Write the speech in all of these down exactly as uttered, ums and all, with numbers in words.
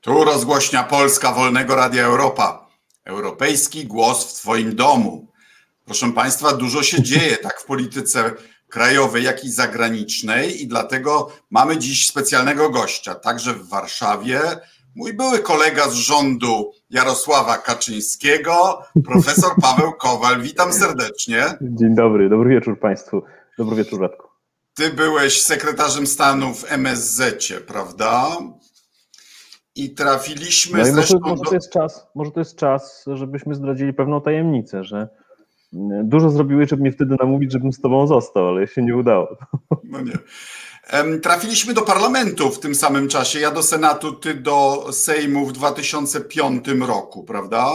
Tu rozgłośnia Polska Wolnego Radia Europa. Europejski głos w Twoim domu. Proszę Państwa, dużo się dzieje tak w polityce krajowej, jak i zagranicznej i dlatego mamy dziś specjalnego gościa, także w Warszawie. Mój były kolega z rządu Jarosława Kaczyńskiego, profesor Paweł Kowal. Witam serdecznie. Dzień dobry, dobry wieczór Państwu. Dobry wieczór, Radku. Ty byłeś sekretarzem stanu w M S Z-cie, prawda? I trafiliśmy no i zresztą... Może, może, to jest czas, może to jest czas, żebyśmy zdradzili pewną tajemnicę, że dużo zrobiłeś, żeby mnie wtedy namówić, żebym z tobą został, ale się nie udało. No nie. Trafiliśmy do parlamentu w tym samym czasie, ja do Senatu, ty do Sejmu w dwa tysiące piątym roku, prawda?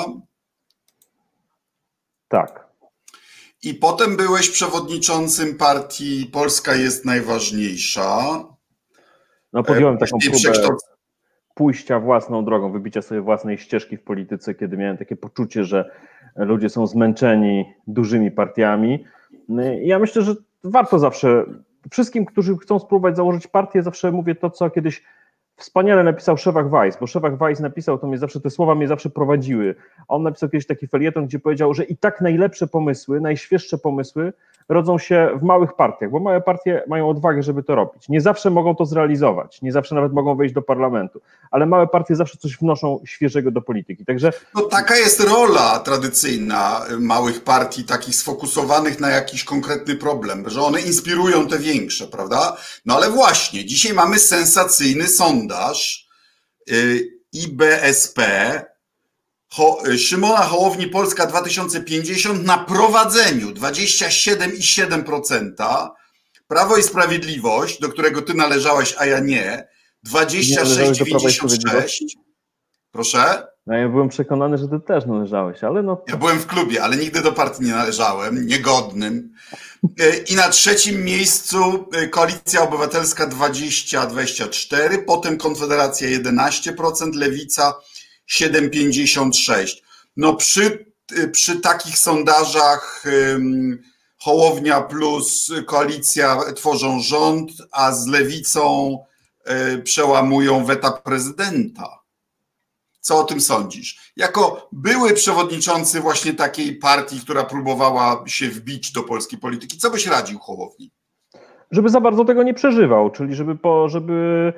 Tak. I potem byłeś przewodniczącym partii Polska jest najważniejsza. No podjąłem taką Później próbę przekształc- pójścia własną drogą, wybicia sobie własnej ścieżki w polityce, kiedy miałem takie poczucie, że ludzie są zmęczeni dużymi partiami. Ja myślę, że warto zawsze, wszystkim, którzy chcą spróbować założyć partię, zawsze mówię to, co kiedyś wspaniale napisał Szewak-Weiss, bo Szewak-Weiss napisał, to mnie zawsze, te słowa mnie zawsze prowadziły. On napisał kiedyś taki felieton, gdzie powiedział, że i tak najlepsze pomysły, najświeższe pomysły rodzą się w małych partiach, bo małe partie mają odwagę, żeby to robić. Nie zawsze mogą to zrealizować, nie zawsze nawet mogą wejść do parlamentu, ale małe partie zawsze coś wnoszą świeżego do polityki. Także No taka jest rola tradycyjna małych partii, takich sfokusowanych na jakiś konkretny problem, że one inspirują te większe, prawda? No ale właśnie, dzisiaj mamy sensacyjny sondaż I B S P, Ho- Szymona Hołowni Polska dwa tysiące pięćdziesiąt na prowadzeniu dwadzieścia siedem przecinek siedem procent, Prawo i Sprawiedliwość, do którego ty należałeś, a ja nie, dwadzieścia sześć przecinek dziewięćdziesiąt sześć. Proszę? no ja byłem przekonany, że ty też należałeś, ale no... Ja byłem w klubie, ale nigdy do partii nie należałem, niegodnym. I na trzecim miejscu Koalicja Obywatelska dwadzieścia przecinek dwadzieścia cztery procent, potem Konfederacja jedenaście procent, Lewica siedem przecinek pięćdziesiąt sześć procent. No przy, przy takich sondażach Hołownia plus Koalicja tworzą rząd, a z Lewicą przełamują weta prezydenta. Co o tym sądzisz? Jako były przewodniczący właśnie takiej partii, która próbowała się wbić do polskiej polityki, co byś radził Hołowni? Żeby za bardzo tego nie przeżywał, czyli żeby, po, żeby,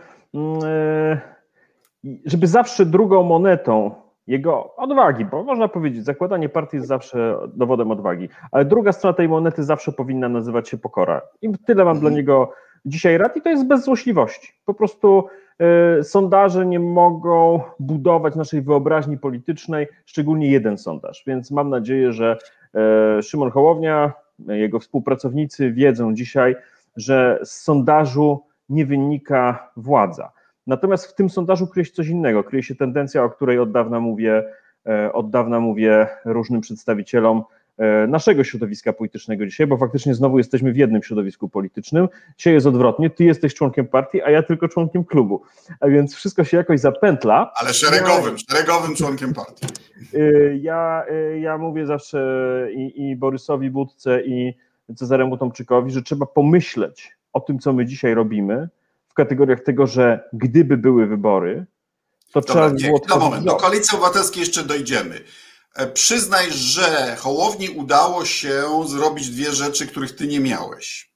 żeby zawsze drugą monetą jego odwagi, bo można powiedzieć, zakładanie partii jest zawsze dowodem odwagi, ale druga strona tej monety zawsze powinna nazywać się pokora. I tyle mam hmm. dla niego dzisiaj rad i to jest bez złośliwości. Po prostu y, sondaże nie mogą budować naszej wyobraźni politycznej, szczególnie jeden sondaż, więc mam nadzieję, że y, Szymon Hołownia, jego współpracownicy wiedzą dzisiaj, że z sondażu nie wynika władza. Natomiast w tym sondażu kryje się coś innego, kryje się tendencja, o której od dawna mówię, od dawna mówię różnym przedstawicielom naszego środowiska politycznego dzisiaj, bo faktycznie znowu jesteśmy w jednym środowisku politycznym. Dzisiaj jest odwrotnie, ty jesteś członkiem partii, a ja tylko członkiem klubu, a więc wszystko się jakoś zapętla. Ale szeregowym, ja, szeregowym członkiem partii. Ja, ja mówię zawsze i, i Borysowi Budce, i Cezaremu Tomczykowi, że trzeba pomyśleć o tym, co my dzisiaj robimy, w kategoriach tego, że gdyby były wybory, to Dobra, trzeba nie, było... Na moment, do Koalicji Obywatelskiej jeszcze dojdziemy. Przyznaj, że Hołowni udało się zrobić dwie rzeczy, których ty nie miałeś.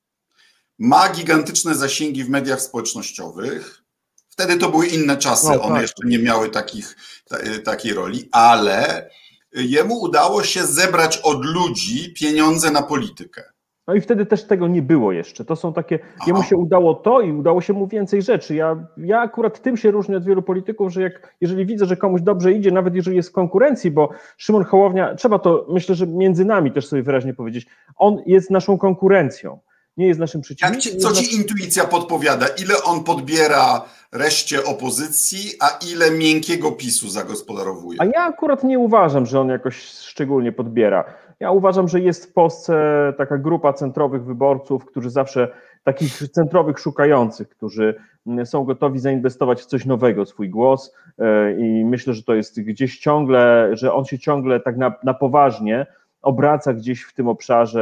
Ma gigantyczne zasięgi w mediach społecznościowych. Wtedy to były inne czasy, no, one tak. jeszcze nie miały takich, ta, takiej roli, ale jemu udało się zebrać od ludzi pieniądze na politykę. No i wtedy też tego nie było jeszcze. To są takie, Aha. jemu się udało to i udało się mu więcej rzeczy. Ja, ja akurat tym się różnię od wielu polityków, że jak, jeżeli widzę, że komuś dobrze idzie, nawet jeżeli jest w konkurencji, bo Szymon Hołownia, trzeba to, myślę, że między nami też sobie wyraźnie powiedzieć, on jest naszą konkurencją, nie jest naszym przeciwnikiem. Jak ci, co ci naszym... intuicja podpowiada? Ile on podbiera reszcie opozycji, a ile miękkiego PiSu zagospodarowuje? A ja akurat nie uważam, że on jakoś szczególnie podbiera. Ja uważam, że jest w Polsce taka grupa centrowych wyborców, którzy zawsze, takich centrowych szukających, którzy są gotowi zainwestować w coś nowego, swój głos i myślę, że to jest gdzieś ciągle, że on się ciągle tak na, na poważnie obraca gdzieś w tym obszarze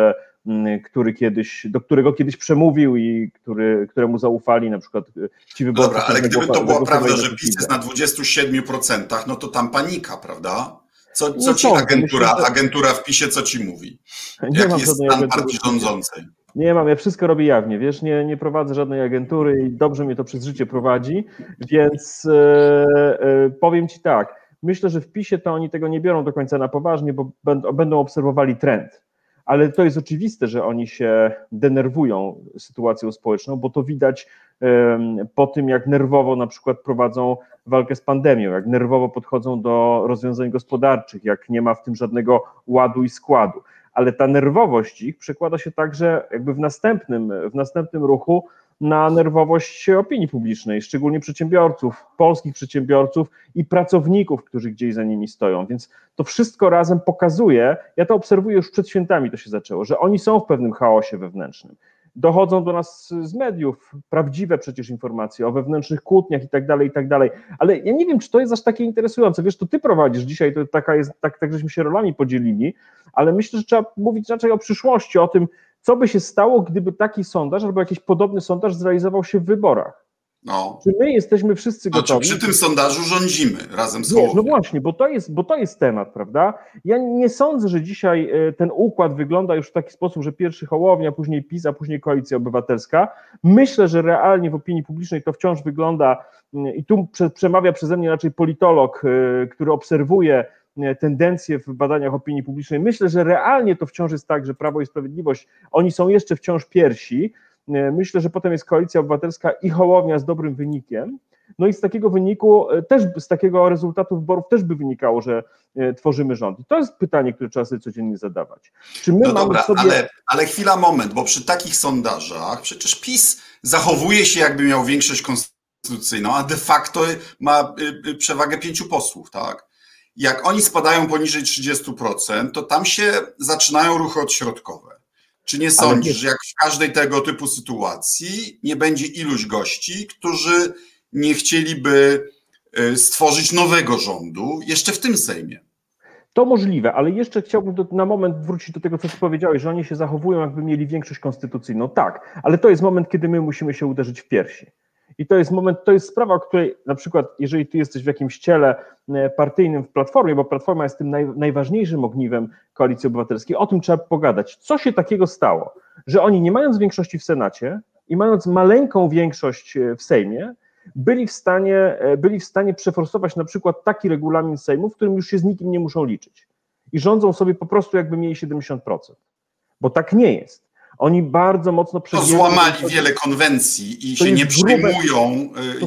który kiedyś, do którego kiedyś przemówił i który, któremu zaufali na przykład ci wyborcy. Dobra, ale gdyby to była prawda, że PiS jest na dwudziestu siedmiu procentach, no to tam panika, prawda? Co, co ci sądzę, agentura, myślę, że... agentura w PiSie, co ci mówi? Nie Jak mam jest stan partii rządzącej? Nie mam, ja wszystko robię jawnie, wiesz, nie, nie prowadzę żadnej agentury i dobrze mnie to przez życie prowadzi, więc e, e, powiem ci tak, myślę, że w PiSie to oni tego nie biorą do końca na poważnie, bo będą, będą obserwowali trend, ale to jest oczywiste, że oni się denerwują sytuacją społeczną, bo to widać e, po tym, jak nerwowo na przykład prowadzą walkę z pandemią, jak nerwowo podchodzą do rozwiązań gospodarczych, jak nie ma w tym żadnego ładu i składu. Ale ta nerwowość ich przekłada się także jakby w następnym, w następnym ruchu na nerwowość opinii publicznej, szczególnie przedsiębiorców, polskich przedsiębiorców i pracowników, którzy gdzieś za nimi stoją. Więc to wszystko razem pokazuje, ja to obserwuję już przed świętami, to się zaczęło, że oni są w pewnym chaosie wewnętrznym. Dochodzą do nas z mediów prawdziwe przecież informacje o wewnętrznych kłótniach i tak dalej, i tak dalej, ale ja nie wiem, czy to jest aż takie interesujące, wiesz, to ty prowadzisz dzisiaj, to taka jest, tak, tak żeśmy się rolami podzielili, ale myślę, że trzeba mówić raczej o przyszłości, o tym, co by się stało, gdyby taki sondaż albo jakiś podobny sondaż zrealizował się w wyborach. No. Czy my jesteśmy wszyscy no, gotowi? Czy przy tym sondażu rządzimy razem z Nie, Hołownią? no właśnie, bo to, jest, bo to jest temat, prawda? Ja nie sądzę, że dzisiaj ten układ wygląda już w taki sposób, że pierwszy Hołownia, później PiS, a później Koalicja Obywatelska. Myślę, że realnie w opinii publicznej to wciąż wygląda, i tu przemawia przeze mnie raczej politolog, który obserwuje tendencje w badaniach opinii publicznej. Myślę, że realnie to wciąż jest tak, że Prawo i Sprawiedliwość, oni są jeszcze wciąż pierwsi. Myślę, że potem jest Koalicja Obywatelska i Hołownia z dobrym wynikiem. No i z takiego wyniku, też z takiego rezultatu wyborów też by wynikało, że tworzymy rząd. I to jest pytanie, które trzeba sobie codziennie zadawać. Czy my no mamy dobra, sobie... ale, ale chwila, moment, bo przy takich sondażach przecież PiS zachowuje się, jakby miał większość konstytucyjną, a de facto ma przewagę pięciu posłów, tak? Jak oni spadają poniżej trzydziestu procent, to tam się zaczynają ruchy odśrodkowe. Czy nie sądzisz, że jak w każdej tego typu sytuacji nie będzie iluś gości, którzy nie chcieliby stworzyć nowego rządu jeszcze w tym Sejmie? To możliwe, ale jeszcze chciałbym do, na moment wrócić do tego, co ty powiedziałeś, że oni się zachowują, jakby mieli większość konstytucyjną. Tak, ale to jest moment, kiedy my musimy się uderzyć w piersi. I to jest moment, to jest sprawa, o której na przykład, jeżeli ty jesteś w jakimś ciele partyjnym w Platformie, bo Platforma jest tym naj, najważniejszym ogniwem Koalicji Obywatelskiej, o tym trzeba pogadać. Co się takiego stało, że oni nie mając większości w Senacie i mając maleńką większość w Sejmie, byli w stanie, byli w stanie przeforsować na przykład taki regulamin Sejmu, w którym już się z nikim nie muszą liczyć. I rządzą sobie po prostu, jakby mieli siedemdziesiąt procent. Bo tak nie jest. Oni bardzo mocno przegięli. To złamali wiele konwencji i się nie przejmują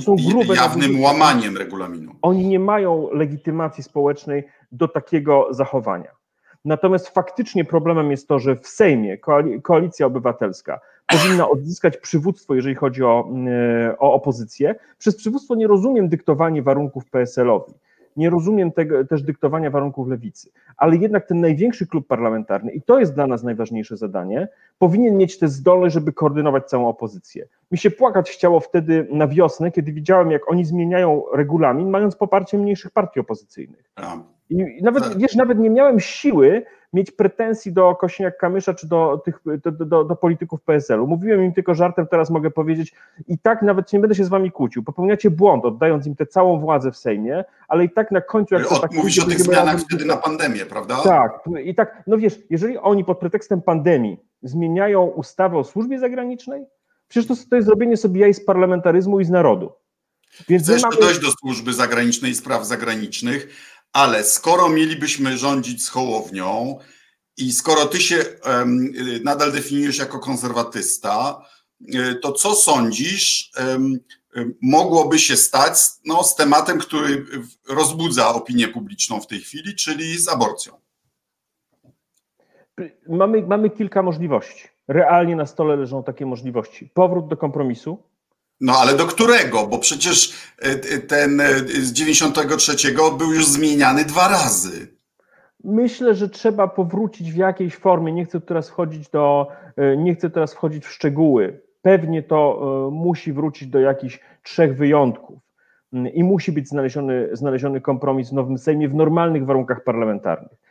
jawnym łamaniem regulaminu. Oni nie mają legitymacji społecznej do takiego zachowania. Natomiast faktycznie problemem jest to, że w Sejmie Koalicja Obywatelska powinna odzyskać przywództwo, jeżeli chodzi o, o opozycję. Przez przywództwo nie rozumiem dyktowania warunków P S L-owi. Nie rozumiem tego, też dyktowania warunków lewicy, ale jednak ten największy klub parlamentarny, i to jest dla nas najważniejsze zadanie, powinien mieć tę zdolność, żeby koordynować całą opozycję. Mi się płakać chciało wtedy na wiosnę, kiedy widziałem, jak oni zmieniają regulamin, mając poparcie mniejszych partii opozycyjnych. I nawet, wiesz, nawet nie miałem siły mieć pretensji do Kosiniak-Kamysza czy do tych do, do, do polityków P S L-u. Mówiłem im tylko żartem, teraz mogę powiedzieć, i tak nawet nie będę się z wami kłócił. Popełniacie błąd, oddając im tę całą władzę w Sejmie, ale i tak na końcu... jak to tak Mówisz o tych zmianach razem, wtedy na pandemię, prawda? Tak, i tak, no wiesz, jeżeli oni pod pretekstem pandemii zmieniają ustawę o służbie zagranicznej, przecież to, to jest zrobienie sobie jaj z parlamentaryzmu i z narodu. Więc Chcesz mamy... dojść do służby zagranicznej i spraw zagranicznych, ale skoro mielibyśmy rządzić z Hołownią i skoro ty się um, nadal definiujesz jako konserwatysta, to co sądzisz, um, mogłoby się stać no, z tematem, który rozbudza opinię publiczną w tej chwili, czyli z aborcją? Mamy, mamy kilka możliwości. Realnie na stole leżą takie możliwości. Powrót do kompromisu. No ale do którego? Bo przecież ten z dziewięćdziesiątego trzeciego był już zmieniany dwa razy. Myślę, że trzeba powrócić w jakiejś formie. Nie chcę teraz wchodzić do, nie chcę teraz wchodzić w szczegóły. Pewnie to musi wrócić do jakichś trzech wyjątków i musi być znaleziony, znaleziony kompromis w nowym Sejmie w normalnych warunkach parlamentarnych.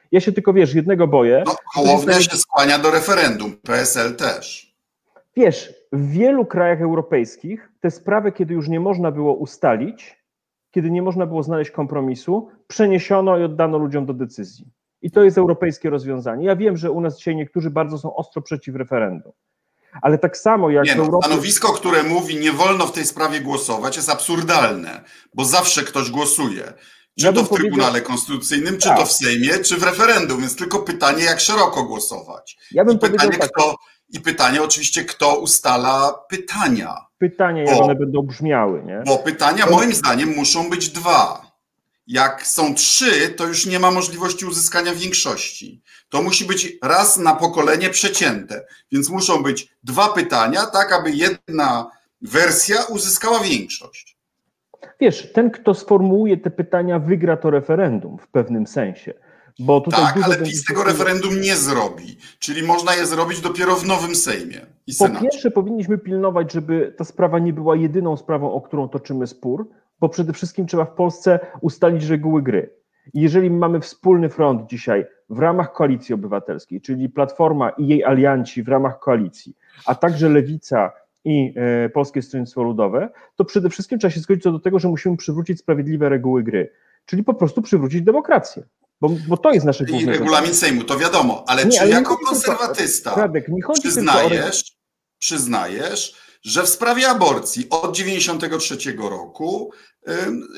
Ja się tylko, wiesz, jednego boję. No, Hołownia się skłania do referendum, P S L też. Wiesz, w wielu krajach europejskich te sprawy, kiedy już nie można było ustalić, kiedy nie można było znaleźć kompromisu, przeniesiono i oddano ludziom do decyzji. I to jest europejskie rozwiązanie. Ja wiem, że u nas dzisiaj niektórzy bardzo są ostro przeciw referendum. Ale tak samo jak nie, w no, Europie... Stanowisko, które mówi, nie wolno w tej sprawie głosować, jest absurdalne, bo zawsze ktoś głosuje. Czy Ja to bym w Trybunale powiedział... Konstytucyjnym, czy tak. to w Sejmie, czy w referendum. Więc tylko pytanie, jak szeroko głosować. Ja bym I, pytanie, powiedział tak. kto, I pytanie oczywiście, kto ustala pytania. Pytania, jak one będą brzmiały. Nie? Bo pytania moim zdaniem muszą być dwa. Jak są trzy, to już nie ma możliwości uzyskania większości. To musi być raz na pokolenie przecięte. Więc muszą być dwa pytania, tak aby jedna wersja uzyskała większość. Wiesz, ten, kto sformułuje te pytania, wygra to referendum w pewnym sensie. Bo tutaj tak, dużo ale będzie... PiS tego referendum nie zrobi. Czyli można je zrobić dopiero w nowym Sejmie i Po Senacie. pierwsze, powinniśmy pilnować, żeby ta sprawa nie była jedyną sprawą, o którą toczymy spór, bo przede wszystkim trzeba w Polsce ustalić reguły gry. I jeżeli mamy wspólny front dzisiaj w ramach Koalicji Obywatelskiej, czyli Platforma i jej alianci w ramach koalicji, a także Lewica i e, Polskie Stronnictwo Ludowe, to przede wszystkim trzeba się zgodzić co do tego, że musimy przywrócić sprawiedliwe reguły gry, czyli po prostu przywrócić demokrację. Bo, bo to jest nasze główne I regulamin zadanie. Sejmu, to wiadomo, ale nie, czy ale jako tylko, konserwatysta Radek, nie chodzi przyznajesz, tylko o... przyznajesz, że w sprawie aborcji od dziewięćdziesiątego trzeciego roku yy,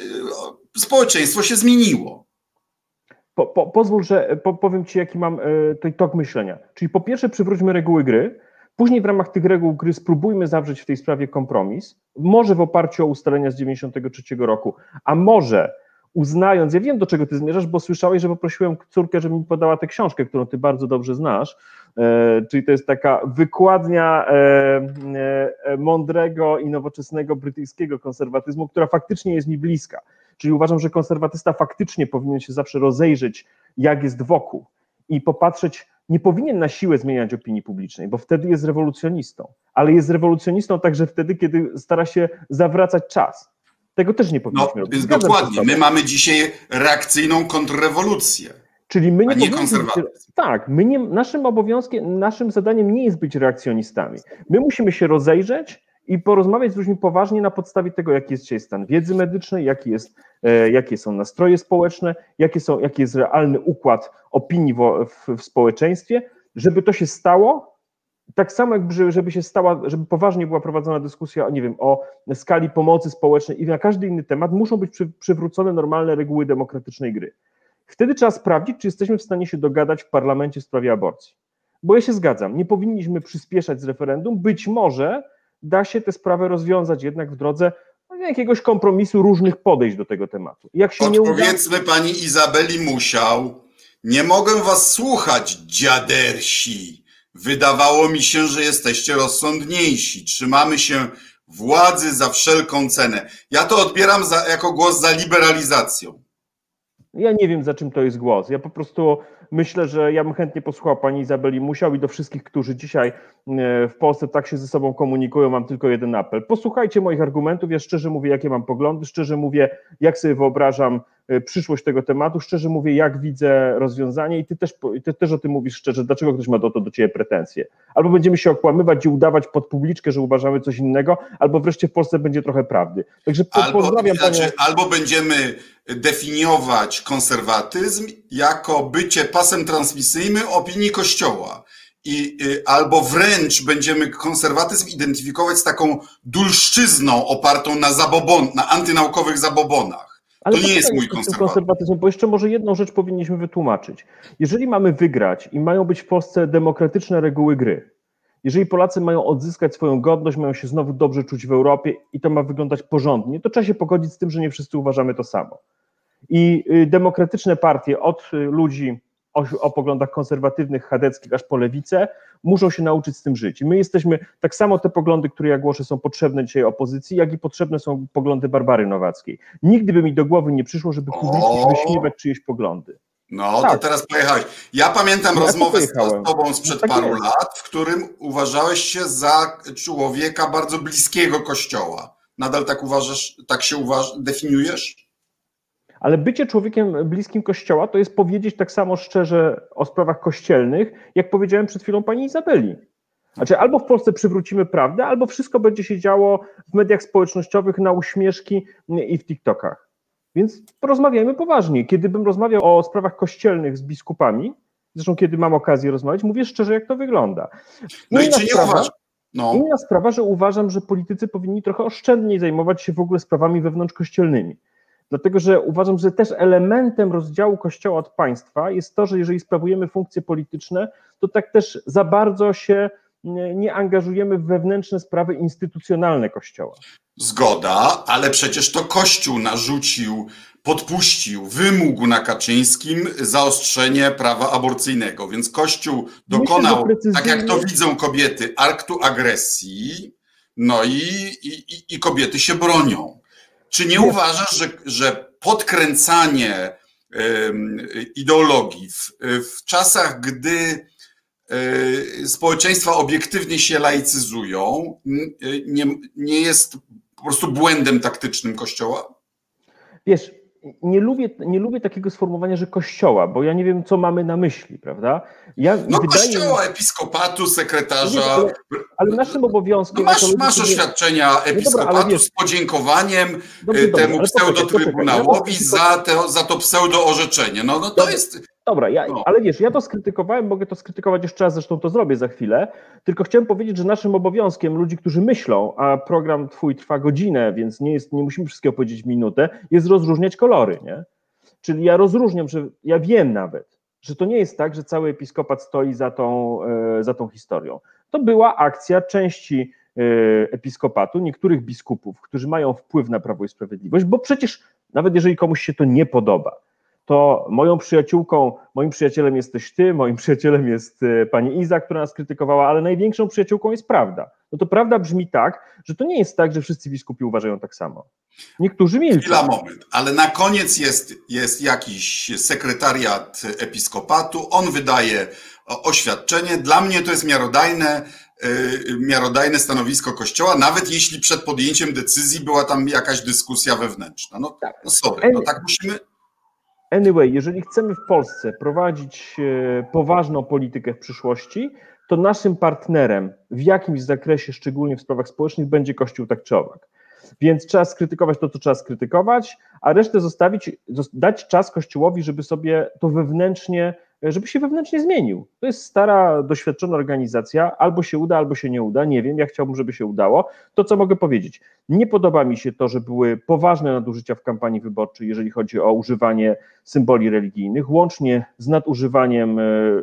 yy, społeczeństwo się zmieniło? Po, po, pozwól, że po, powiem Ci, jaki mam yy, tok myślenia. Czyli po pierwsze przywróćmy reguły gry, później w ramach tych reguł gry spróbujmy zawrzeć w tej sprawie kompromis, może w oparciu o ustalenia z dziewięćdziesiątego trzeciego roku, a może uznając, ja wiem, do czego Ty zmierzasz, bo słyszałeś, że poprosiłem córkę, żeby mi podała tę książkę, którą Ty bardzo dobrze znasz, e, czyli to jest taka wykładnia e, e, mądrego i nowoczesnego brytyjskiego konserwatyzmu, która faktycznie jest mi bliska. Czyli uważam, że konserwatysta faktycznie powinien się zawsze rozejrzeć, jak jest wokół i popatrzeć, nie powinien na siłę zmieniać opinii publicznej, bo wtedy jest rewolucjonistą, ale jest rewolucjonistą także wtedy, kiedy stara się zawracać czas. Tego też nie powinniśmy no, robić. Zgadzam dokładnie. My mamy dzisiaj reakcyjną kontrrewolucję. Czyli my nie, a nie powinniśmy być, tak, my nie, naszym obowiązkiem, naszym zadaniem nie jest być reakcjonistami. My musimy się rozejrzeć i porozmawiać z ludźmi poważnie na podstawie tego, jaki jest dzisiaj stan wiedzy medycznej, jaki jest, e, jakie są nastroje społeczne, jakie są, jaki jest realny układ opinii w, w, w społeczeństwie, żeby to się stało. Tak samo jakby, żeby się stała, żeby poważnie była prowadzona dyskusja, nie wiem, o skali pomocy społecznej i na każdy inny temat, muszą być przy, przywrócone normalne reguły demokratycznej gry. Wtedy trzeba sprawdzić, czy jesteśmy w stanie się dogadać w parlamencie w sprawie aborcji. Bo ja się zgadzam, nie powinniśmy przyspieszać z referendum, być może da się tę sprawę rozwiązać jednak w drodze no, jakiegoś kompromisu różnych podejść do tego tematu. Jak się nie uda... Odpowiedzmy pani Izabeli Musiał, nie mogę was słuchać, dziadersi. Wydawało mi się, że jesteście rozsądniejsi. Trzymamy się władzy za wszelką cenę. Ja to odbieram za, jako głos za liberalizacją. Ja nie wiem, za czym to jest głos. Ja po prostu myślę, że ja bym chętnie posłuchał pani Izabeli Musiał i do wszystkich, którzy dzisiaj w Polsce tak się ze sobą komunikują, mam tylko jeden apel. Posłuchajcie moich argumentów, ja szczerze mówię, jakie mam poglądy, szczerze mówię, jak sobie wyobrażam przyszłość tego tematu, szczerze mówię, jak widzę rozwiązanie i ty też, ty też o tym mówisz szczerze, dlaczego ktoś ma do to do ciebie pretensje. Albo będziemy się okłamywać i udawać pod publiczkę, że uważamy coś innego, albo wreszcie w Polsce będzie trochę prawdy. Także albo, pozdrawiam znaczy, panią. Albo będziemy definiować konserwatyzm jako bycie pasem transmisyjnym opinii Kościoła. I, albo wręcz będziemy konserwatyzm identyfikować z taką dulszczyzną opartą na zabobon, na antynaukowych zabobonach. Ale to nie jest mój konserwatyzm. konserwatyzm, bo jeszcze może jedną rzecz powinniśmy wytłumaczyć. Jeżeli mamy wygrać i mają być w Polsce demokratyczne reguły gry, jeżeli Polacy mają odzyskać swoją godność, mają się znowu dobrze czuć w Europie i to ma wyglądać porządnie, to trzeba się pogodzić z tym, że nie wszyscy uważamy to samo. I demokratyczne partie od ludzi o, o poglądach konserwatywnych, chadeckich, aż po lewicę, muszą się nauczyć z tym żyć. I my jesteśmy, tak samo te poglądy, które ja głoszę, są potrzebne dzisiaj opozycji, jak i potrzebne są poglądy Barbary Nowackiej. Nigdy by mi do głowy nie przyszło, żeby publicznie wyśmiewać czyjeś poglądy. No, tak. To teraz pojechałeś. Ja pamiętam ja rozmowę z tobą sprzed no, tak paru jest. lat, w którym uważałeś się za człowieka bardzo bliskiego Kościoła. Nadal tak uważasz, tak się uważ, definiujesz? Ale bycie człowiekiem bliskim Kościoła to jest powiedzieć tak samo szczerze o sprawach kościelnych, jak powiedziałem przed chwilą pani Izabeli. Znaczy albo w Polsce przywrócimy prawdę, albo wszystko będzie się działo w mediach społecznościowych na uśmieszki i w TikTokach. Więc porozmawiajmy poważnie. Kiedy bym rozmawiał o sprawach kościelnych z biskupami, zresztą kiedy mam okazję rozmawiać, mówię szczerze, jak to wygląda. No i czy nie uważasz? No. Inna sprawa, że uważam, że politycy powinni trochę oszczędniej zajmować się w ogóle sprawami wewnątrzkościelnymi. Dlatego, że uważam, że też elementem rozdziału Kościoła od państwa jest to, że jeżeli sprawujemy funkcje polityczne, to tak też za bardzo się nie, nie angażujemy w wewnętrzne sprawy instytucjonalne Kościoła. Zgoda, ale przecież to Kościół narzucił, podpuścił, wymógł na Kaczyńskim zaostrzenie prawa aborcyjnego, więc Kościół dokonał, precyzyjnie... tak jak to widzą kobiety, aktu agresji, no i, i, i kobiety się bronią. Czy nie uważasz, że, że podkręcanie y, ideologii w, w czasach, gdy y, społeczeństwa obiektywnie się laicyzują, y, nie, nie jest po prostu błędem taktycznym Kościoła? Wiesz, nie lubię, nie lubię takiego sformułowania, że Kościoła, bo ja nie wiem, co mamy na myśli, prawda? Ja, no wydaje... Kościoła, episkopatu, sekretarza... Nie, ale, ale naszym obowiązkiem... No masz, masz oświadczenia episkopatu no dobra, wiesz, z podziękowaniem dobrze, temu pseudotrybunałowi za, te, za to pseudoorzeczenie. No, no to dobra, jest... Dobra, ja, no. ale wiesz, ja to skrytykowałem, mogę to skrytykować jeszcze raz, zresztą to zrobię za chwilę, tylko chciałem powiedzieć, że naszym obowiązkiem ludzi, którzy myślą, a program twój trwa godzinę, więc nie, jest, nie musimy wszystkiego powiedzieć w minutę, jest rozróżniać kolory, nie? Czyli ja rozróżniam, że ja wiem nawet, że to nie jest tak, że cały episkopat stoi za tą, za tą historią. To była akcja części episkopatu, niektórych biskupów, którzy mają wpływ na Prawo i Sprawiedliwość, bo przecież nawet jeżeli komuś się to nie podoba, to moją przyjaciółką, moim przyjacielem jesteś ty, moim przyjacielem jest pani Iza, która nas krytykowała, ale największą przyjaciółką jest prawda. No to prawda brzmi tak, że to nie jest tak, że wszyscy biskupi uważają tak samo. Niektórzy milczą. Chwila, moment, ale na koniec jest, jest jakiś sekretariat episkopatu, on wydaje oświadczenie. Dla mnie to jest miarodajne, yy, miarodajne stanowisko Kościoła, nawet jeśli przed podjęciem decyzji była tam jakaś dyskusja wewnętrzna. No, tak. no sorry, no tak musimy... Anyway, jeżeli chcemy w Polsce prowadzić poważną politykę w przyszłości, to naszym partnerem w jakimś zakresie, szczególnie w sprawach społecznych, będzie Kościół tak czy owak. Więc trzeba skrytykować to, co trzeba skrytykować, a resztę zostawić, dać czas Kościołowi, żeby sobie to wewnętrznie, żeby się wewnętrznie zmienił. To jest stara, doświadczona organizacja, albo się uda, albo się nie uda, nie wiem, ja chciałbym, żeby się udało. To, co mogę powiedzieć, nie podoba mi się to, że były poważne nadużycia w kampanii wyborczej, jeżeli chodzi o używanie symboli religijnych, łącznie z nadużywaniem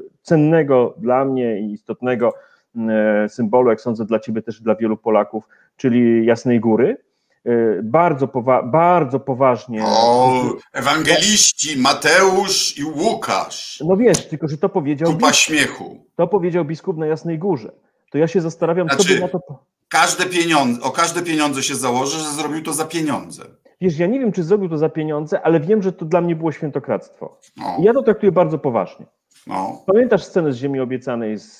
cennego dla mnie i istotnego symbolu, jak sądzę dla ciebie też dla wielu Polaków, czyli Jasnej Góry. Bardzo, powa- bardzo poważnie. O, ewangeliści Mateusz i Łukasz. No wiesz, tylko że to powiedział Kupa biskup, śmiechu. to powiedział biskup na Jasnej Górze. To ja się zastanawiam, znaczy, co by na to... Każde pieniądze, o każde pieniądze się założy, że zrobił to za pieniądze. Wiesz, ja nie wiem, czy zrobił to za pieniądze, ale wiem, że to dla mnie było świętokradztwo. No. I ja to traktuję bardzo poważnie. No. Pamiętasz scenę z Ziemi Obiecanej z,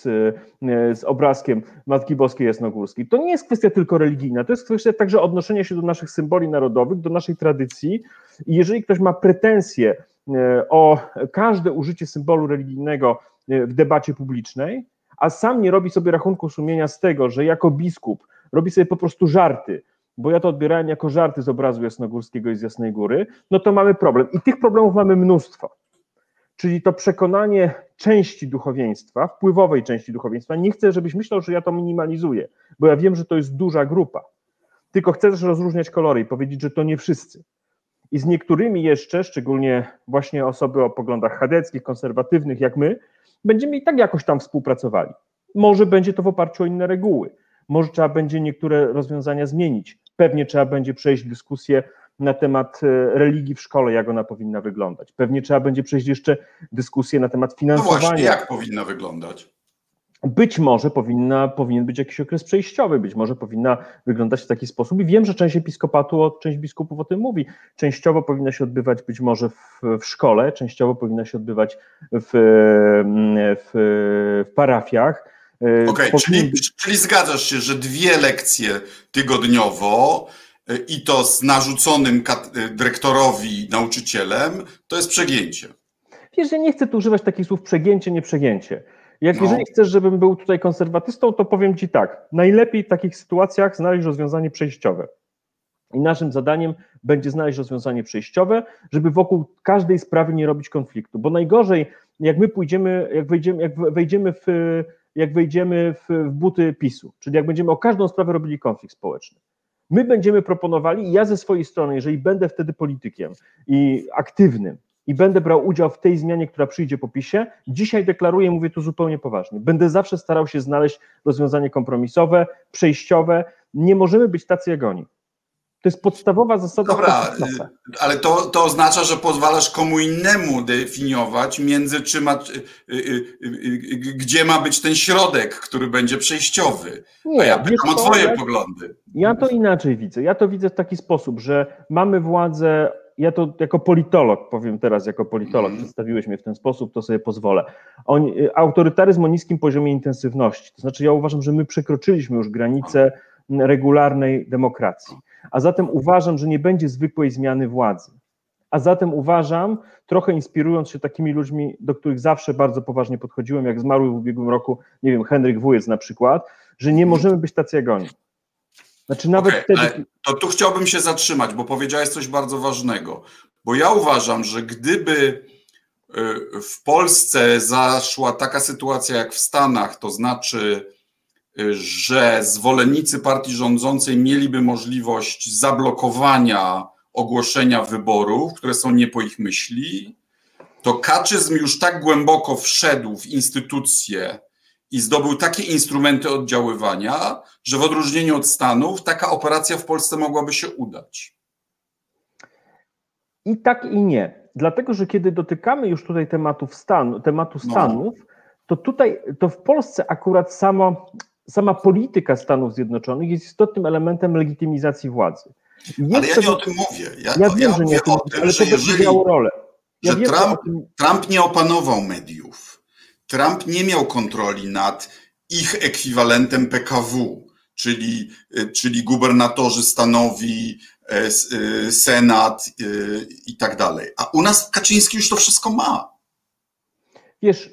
z obrazkiem Matki Boskiej Jasnogórskiej? To nie jest kwestia tylko religijna, to jest kwestia także odnoszenia się do naszych symboli narodowych, do naszej tradycji i jeżeli ktoś ma pretensje o każde użycie symbolu religijnego w debacie publicznej, a sam nie robi sobie rachunku sumienia z tego, że jako biskup robi sobie po prostu żarty, bo ja to odbierałem jako żarty z obrazu jasnogórskiego i z Jasnej Góry, no to mamy problem. I tych problemów mamy mnóstwo. Czyli to przekonanie części duchowieństwa, wpływowej części duchowieństwa, nie chcę, żebyś myślał, że ja to minimalizuję, bo ja wiem, że to jest duża grupa. Tylko chcę też rozróżniać kolory i powiedzieć, że to nie wszyscy. I z niektórymi jeszcze, szczególnie właśnie osoby o poglądach chadeckich, konserwatywnych jak my, będziemy i tak jakoś tam współpracowali. Może będzie to w oparciu o inne reguły. Może trzeba będzie niektóre rozwiązania zmienić. Pewnie trzeba będzie przejść dyskusję na temat religii w szkole, jak ona powinna wyglądać. Pewnie trzeba będzie przejść jeszcze dyskusję na temat finansowania. No właśnie, jak powinna wyglądać? Być może powinna, powinien być jakiś okres przejściowy, być może powinna wyglądać w taki sposób i wiem, że część episkopatu, część biskupów o tym mówi. Częściowo powinna się odbywać być może w, w szkole, częściowo powinna się odbywać w, w, w parafiach. Okej, okay, czyli, czyli zgadzasz się, że dwie lekcje tygodniowo i to z narzuconym dyrektorowi, nauczycielem, to jest przegięcie. Wiesz, ja nie chcę tu używać takich słów przegięcie, nie przegięcie. Jak No. jeżeli chcesz, żebym był tutaj konserwatystą, to powiem ci tak, najlepiej w takich sytuacjach znaleźć rozwiązanie przejściowe. I naszym zadaniem będzie znaleźć rozwiązanie przejściowe, żeby wokół każdej sprawy nie robić konfliktu, bo najgorzej, jak my pójdziemy, jak wejdziemy, jak wejdziemy w, jak wejdziemy w, w buty PiSu, czyli jak będziemy o każdą sprawę robili konflikt społeczny. My będziemy proponowali, i ja ze swojej strony, jeżeli będę wtedy politykiem i aktywnym i będę brał udział w tej zmianie, która przyjdzie po PiSie, dzisiaj deklaruję, mówię tu zupełnie poważnie, będę zawsze starał się znaleźć rozwiązanie kompromisowe, przejściowe, nie możemy być tacy jak oni. To jest podstawowa zasada. Dobra, ale to, to oznacza, że pozwalasz komu innemu definiować między czym, gdzie ma być ten środek, który będzie przejściowy. Nie, a ja pytam o twoje ja, poglądy. Ja to inaczej widzę. Ja to widzę w taki sposób, że mamy władzę, ja to jako politolog, powiem teraz jako politolog, mm. przedstawiłeś mnie w ten sposób, to sobie pozwolę. On, autorytaryzm o niskim poziomie intensywności. To znaczy ja uważam, że my przekroczyliśmy już granicę regularnej demokracji. A zatem uważam, że nie będzie zwykłej zmiany władzy. A zatem uważam, trochę inspirując się takimi ludźmi, do których zawsze bardzo poważnie podchodziłem, jak zmarły w ubiegłym roku, nie wiem, Henryk Wujec na przykład, że nie możemy być tacy jak oni. Znaczy nawet okay, wtedy... ale to tu chciałbym się zatrzymać, bo powiedziałeś coś bardzo ważnego. Bo ja uważam, że gdyby w Polsce zaszła taka sytuacja jak w Stanach, to znaczy że zwolennicy partii rządzącej mieliby możliwość zablokowania ogłoszenia wyborów, które są nie po ich myśli, to Kaczyzm już tak głęboko wszedł w instytucje i zdobył takie instrumenty oddziaływania, że w odróżnieniu od Stanów taka operacja w Polsce mogłaby się udać. I tak i nie. Dlatego, że kiedy dotykamy już tutaj tematów stanu, tematu Stanów, no. to tutaj, to w Polsce akurat samo... Sama polityka Stanów Zjednoczonych jest istotnym elementem legitymizacji władzy. Jest ale ja nie o tym mówię. Ja, ja wiem, ja że nie o tym mówię, ale że to jeżeli, miało rolę. Ja że wiem, Trump, tym... Trump nie opanował mediów. Trump nie miał kontroli nad ich ekwiwalentem P K W, czyli, czyli gubernatorzy stanowi, Senat i tak dalej. A u nas Kaczyński już to wszystko ma. Wiesz,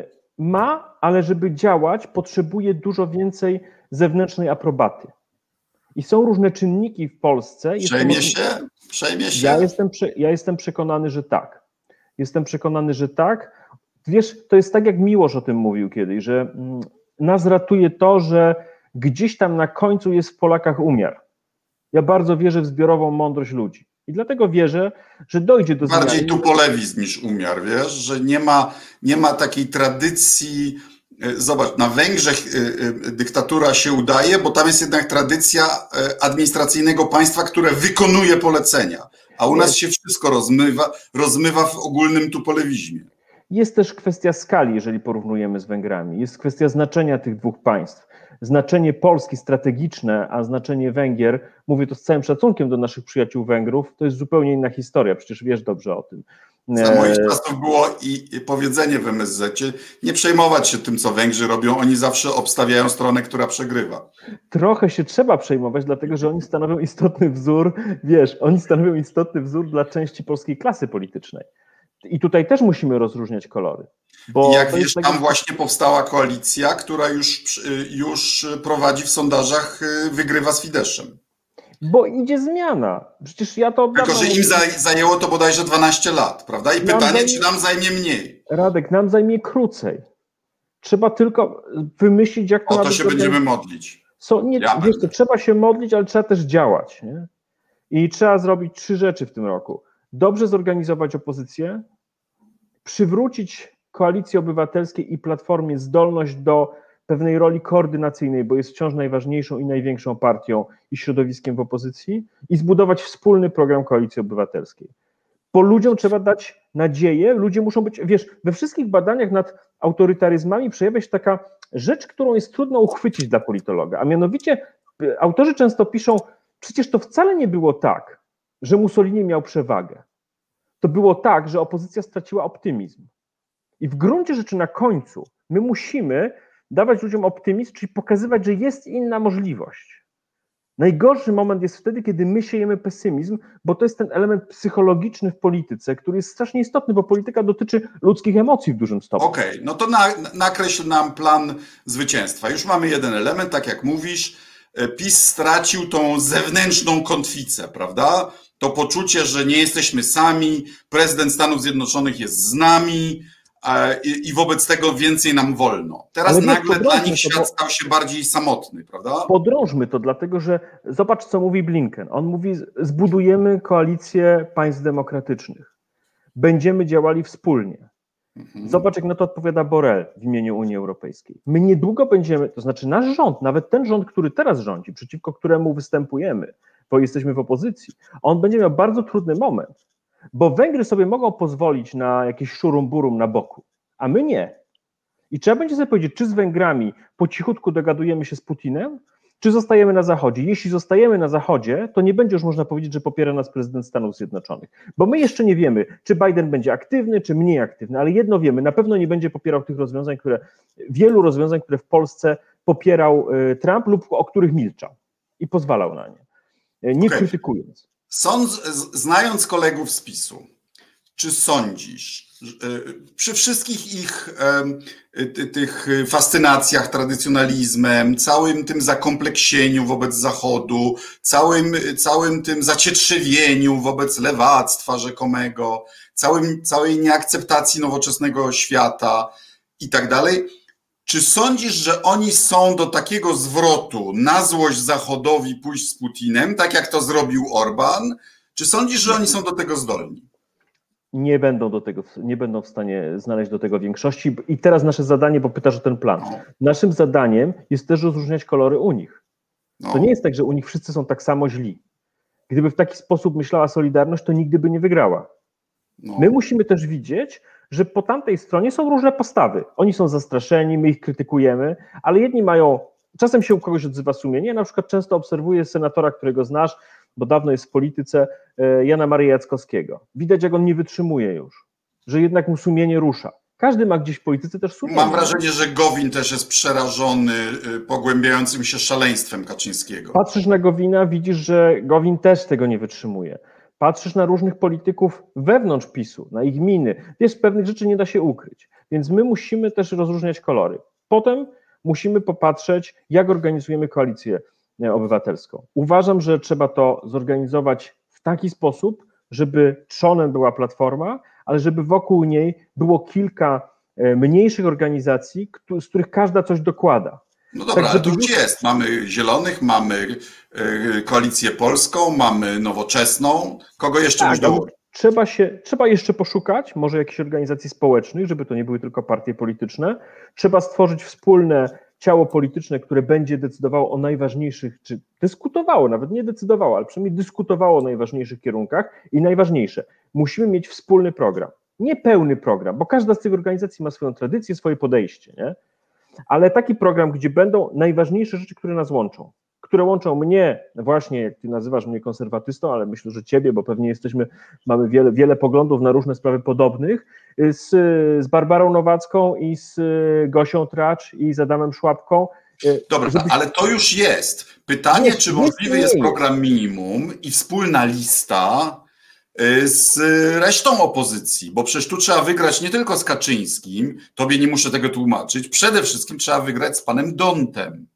ma, ale żeby działać, potrzebuje dużo więcej zewnętrznej aprobaty. I są różne czynniki w Polsce. Przejmie się? Przejmie się? Ja jestem, ja jestem przekonany, że tak. Jestem przekonany, że tak. Wiesz, to jest tak, jak Miłosz o tym mówił kiedyś, że nas ratuje to, że gdzieś tam na końcu jest w Polakach umiar. Ja bardzo wierzę w zbiorową mądrość ludzi. I dlatego wierzę, że dojdzie do zmiany. Bardziej tupolewizm niż umiar, wiesz, że nie ma, nie ma takiej tradycji. Zobacz, na Węgrzech dyktatura się udaje, bo tam jest jednak tradycja administracyjnego państwa, które wykonuje polecenia, a u nas się wszystko rozmywa, rozmywa w ogólnym tupolewizmie. Jest też kwestia skali, jeżeli porównujemy z Węgrami. Jest kwestia znaczenia tych dwóch państw. Znaczenie Polski strategiczne, a znaczenie Węgier, mówię to z całym szacunkiem do naszych przyjaciół Węgrów, to jest zupełnie inna historia, przecież wiesz dobrze o tym. Za moich czasów było i, i powiedzenie w M S Z-cie, nie przejmować się tym, co Węgrzy robią, oni zawsze obstawiają stronę, która przegrywa. Trochę się trzeba przejmować, dlatego że oni stanowią istotny wzór, wiesz, oni stanowią istotny wzór dla części polskiej klasy politycznej. I tutaj też musimy rozróżniać kolory. Bo jak wiesz, tak... tam właśnie powstała koalicja, która już, już prowadzi w sondażach, wygrywa z Fideszem. Bo idzie zmiana. Przecież ja to... Tylko, że im zajęło to bodajże dwanaście lat, prawda? I pytanie, zajmie... czy nam zajmie mniej. Radek, nam zajmie krócej. Trzeba tylko wymyślić, jak to... O to się będziemy ten... modlić. So, nie, ja wiesz, to trzeba się modlić, ale trzeba też działać. Nie? I trzeba zrobić trzy rzeczy w tym roku. Dobrze zorganizować opozycję, przywrócić Koalicji Obywatelskiej i Platformie zdolność do pewnej roli koordynacyjnej, bo jest wciąż najważniejszą i największą partią i środowiskiem w opozycji, i zbudować wspólny program Koalicji Obywatelskiej. Bo ludziom trzeba dać nadzieję, ludzie muszą być, wiesz, we wszystkich badaniach nad autorytaryzmami przejawia się taka rzecz, którą jest trudno uchwycić dla politologa, a mianowicie autorzy często piszą, przecież to wcale nie było tak, że Mussolini miał przewagę. To było tak, że opozycja straciła optymizm. I w gruncie rzeczy na końcu my musimy dawać ludziom optymizm, czyli pokazywać, że jest inna możliwość. Najgorszy moment jest wtedy, kiedy my siejemy pesymizm, bo to jest ten element psychologiczny w polityce, który jest strasznie istotny, bo polityka dotyczy ludzkich emocji w dużym stopniu. Okej, okay, no to na, nakreśl nam plan zwycięstwa. Już mamy jeden element, tak jak mówisz, PiS stracił tą zewnętrzną kotwicę, prawda? To poczucie, że nie jesteśmy sami, prezydent Stanów Zjednoczonych jest z nami i, i wobec tego więcej nam wolno. Teraz wiesz, nagle dla nich świat to, stał się bardziej samotny, prawda? Podrążmy to, dlatego że zobacz, co mówi Blinken. On mówi, zbudujemy koalicję państw demokratycznych. Będziemy działali wspólnie. Mhm. Zobacz, jak na to odpowiada Borrell w imieniu Unii Europejskiej. My niedługo będziemy, to znaczy nasz rząd, nawet ten rząd, który teraz rządzi, przeciwko któremu występujemy, bo jesteśmy w opozycji, on będzie miał bardzo trudny moment, bo Węgry sobie mogą pozwolić na jakieś szurum-burum na boku, a my nie. I trzeba będzie sobie powiedzieć, czy z Węgrami po cichutku dogadujemy się z Putinem, czy zostajemy na Zachodzie. Jeśli zostajemy na Zachodzie, to nie będzie już można powiedzieć, że popiera nas prezydent Stanów Zjednoczonych, bo my jeszcze nie wiemy, czy Biden będzie aktywny, czy mniej aktywny, ale jedno wiemy, na pewno nie będzie popierał tych rozwiązań, które, wielu rozwiązań, które w Polsce popierał Trump lub o których milczał i pozwalał na nie, nie okay. krytykując. Sądz, znając kolegów z PiSu, czy sądzisz, przy wszystkich ich tych fascynacjach tradycjonalizmem, całym tym zakompleksieniu wobec Zachodu, całym, całym tym zacietrzewieniu wobec lewactwa rzekomego, całym, całej nieakceptacji nowoczesnego świata i tak dalej, czy sądzisz, że oni są do takiego zwrotu na złość Zachodowi pójść z Putinem, tak jak to zrobił Orban, czy sądzisz, że oni są do tego zdolni? Nie będą do tego, nie będą w stanie znaleźć do tego większości. I teraz nasze zadanie, bo pytasz o ten plan. No. Naszym zadaniem jest też rozróżniać kolory u nich. No. To nie jest tak, że u nich wszyscy są tak samo źli. Gdyby w taki sposób myślała Solidarność, to nigdy by nie wygrała. No. My musimy też widzieć, że po tamtej stronie są różne postawy. Oni są zastraszeni, my ich krytykujemy, ale jedni mają, czasem się u kogoś odzywa sumienie. Ja na przykład często obserwuję senatora, którego znasz, bo dawno jest w polityce, Jana Maria Jackowskiego. Widać, jak on nie wytrzymuje już, że jednak mu sumienie rusza. Każdy ma gdzieś w polityce też sumienie. Mam wrażenie, że Gowin też jest przerażony pogłębiającym się szaleństwem Kaczyńskiego. Patrzysz na Gowina, widzisz, że Gowin też tego nie wytrzymuje. Patrzysz na różnych polityków wewnątrz PiSu, na ich miny. Wiesz, pewnych rzeczy nie da się ukryć. Więc my musimy też rozróżniać kolory. Potem musimy popatrzeć, jak organizujemy koalicję obywatelską. Uważam, że trzeba to zorganizować w taki sposób, żeby trzonem była Platforma, ale żeby wokół niej było kilka mniejszych organizacji, z których każda coś dokłada. No dobra, tak, ale to już jest. Mamy Zielonych, mamy Koalicję Polską, mamy Nowoczesną. Kogo jeszcze byś dołożył? Trzeba się, trzeba jeszcze poszukać, może jakichś organizacji społecznych, żeby to nie były tylko partie polityczne. Trzeba stworzyć wspólne ciało polityczne, które będzie decydowało o najważniejszych, czy dyskutowało, nawet nie decydowało, ale przynajmniej dyskutowało o najważniejszych kierunkach i najważniejsze, musimy mieć wspólny program, nie pełny program, bo każda z tych organizacji ma swoją tradycję, swoje podejście, nie? Ale taki program, gdzie będą najważniejsze rzeczy, które nas łączą, które łączą mnie, właśnie jak ty nazywasz mnie konserwatystą, ale myślę, że ciebie, bo pewnie jesteśmy, mamy wiele, wiele poglądów na różne sprawy podobnych, z, z Barbarą Nowacką i z Gosią Tracz i z Adamem Szłapką. Dobra, żebyś... ale to już jest. Pytanie, jest, czy możliwy jest, jest program minimum i wspólna lista z resztą opozycji, bo przecież tu trzeba wygrać nie tylko z Kaczyńskim, tobie nie muszę tego tłumaczyć, przede wszystkim trzeba wygrać z panem Dontem.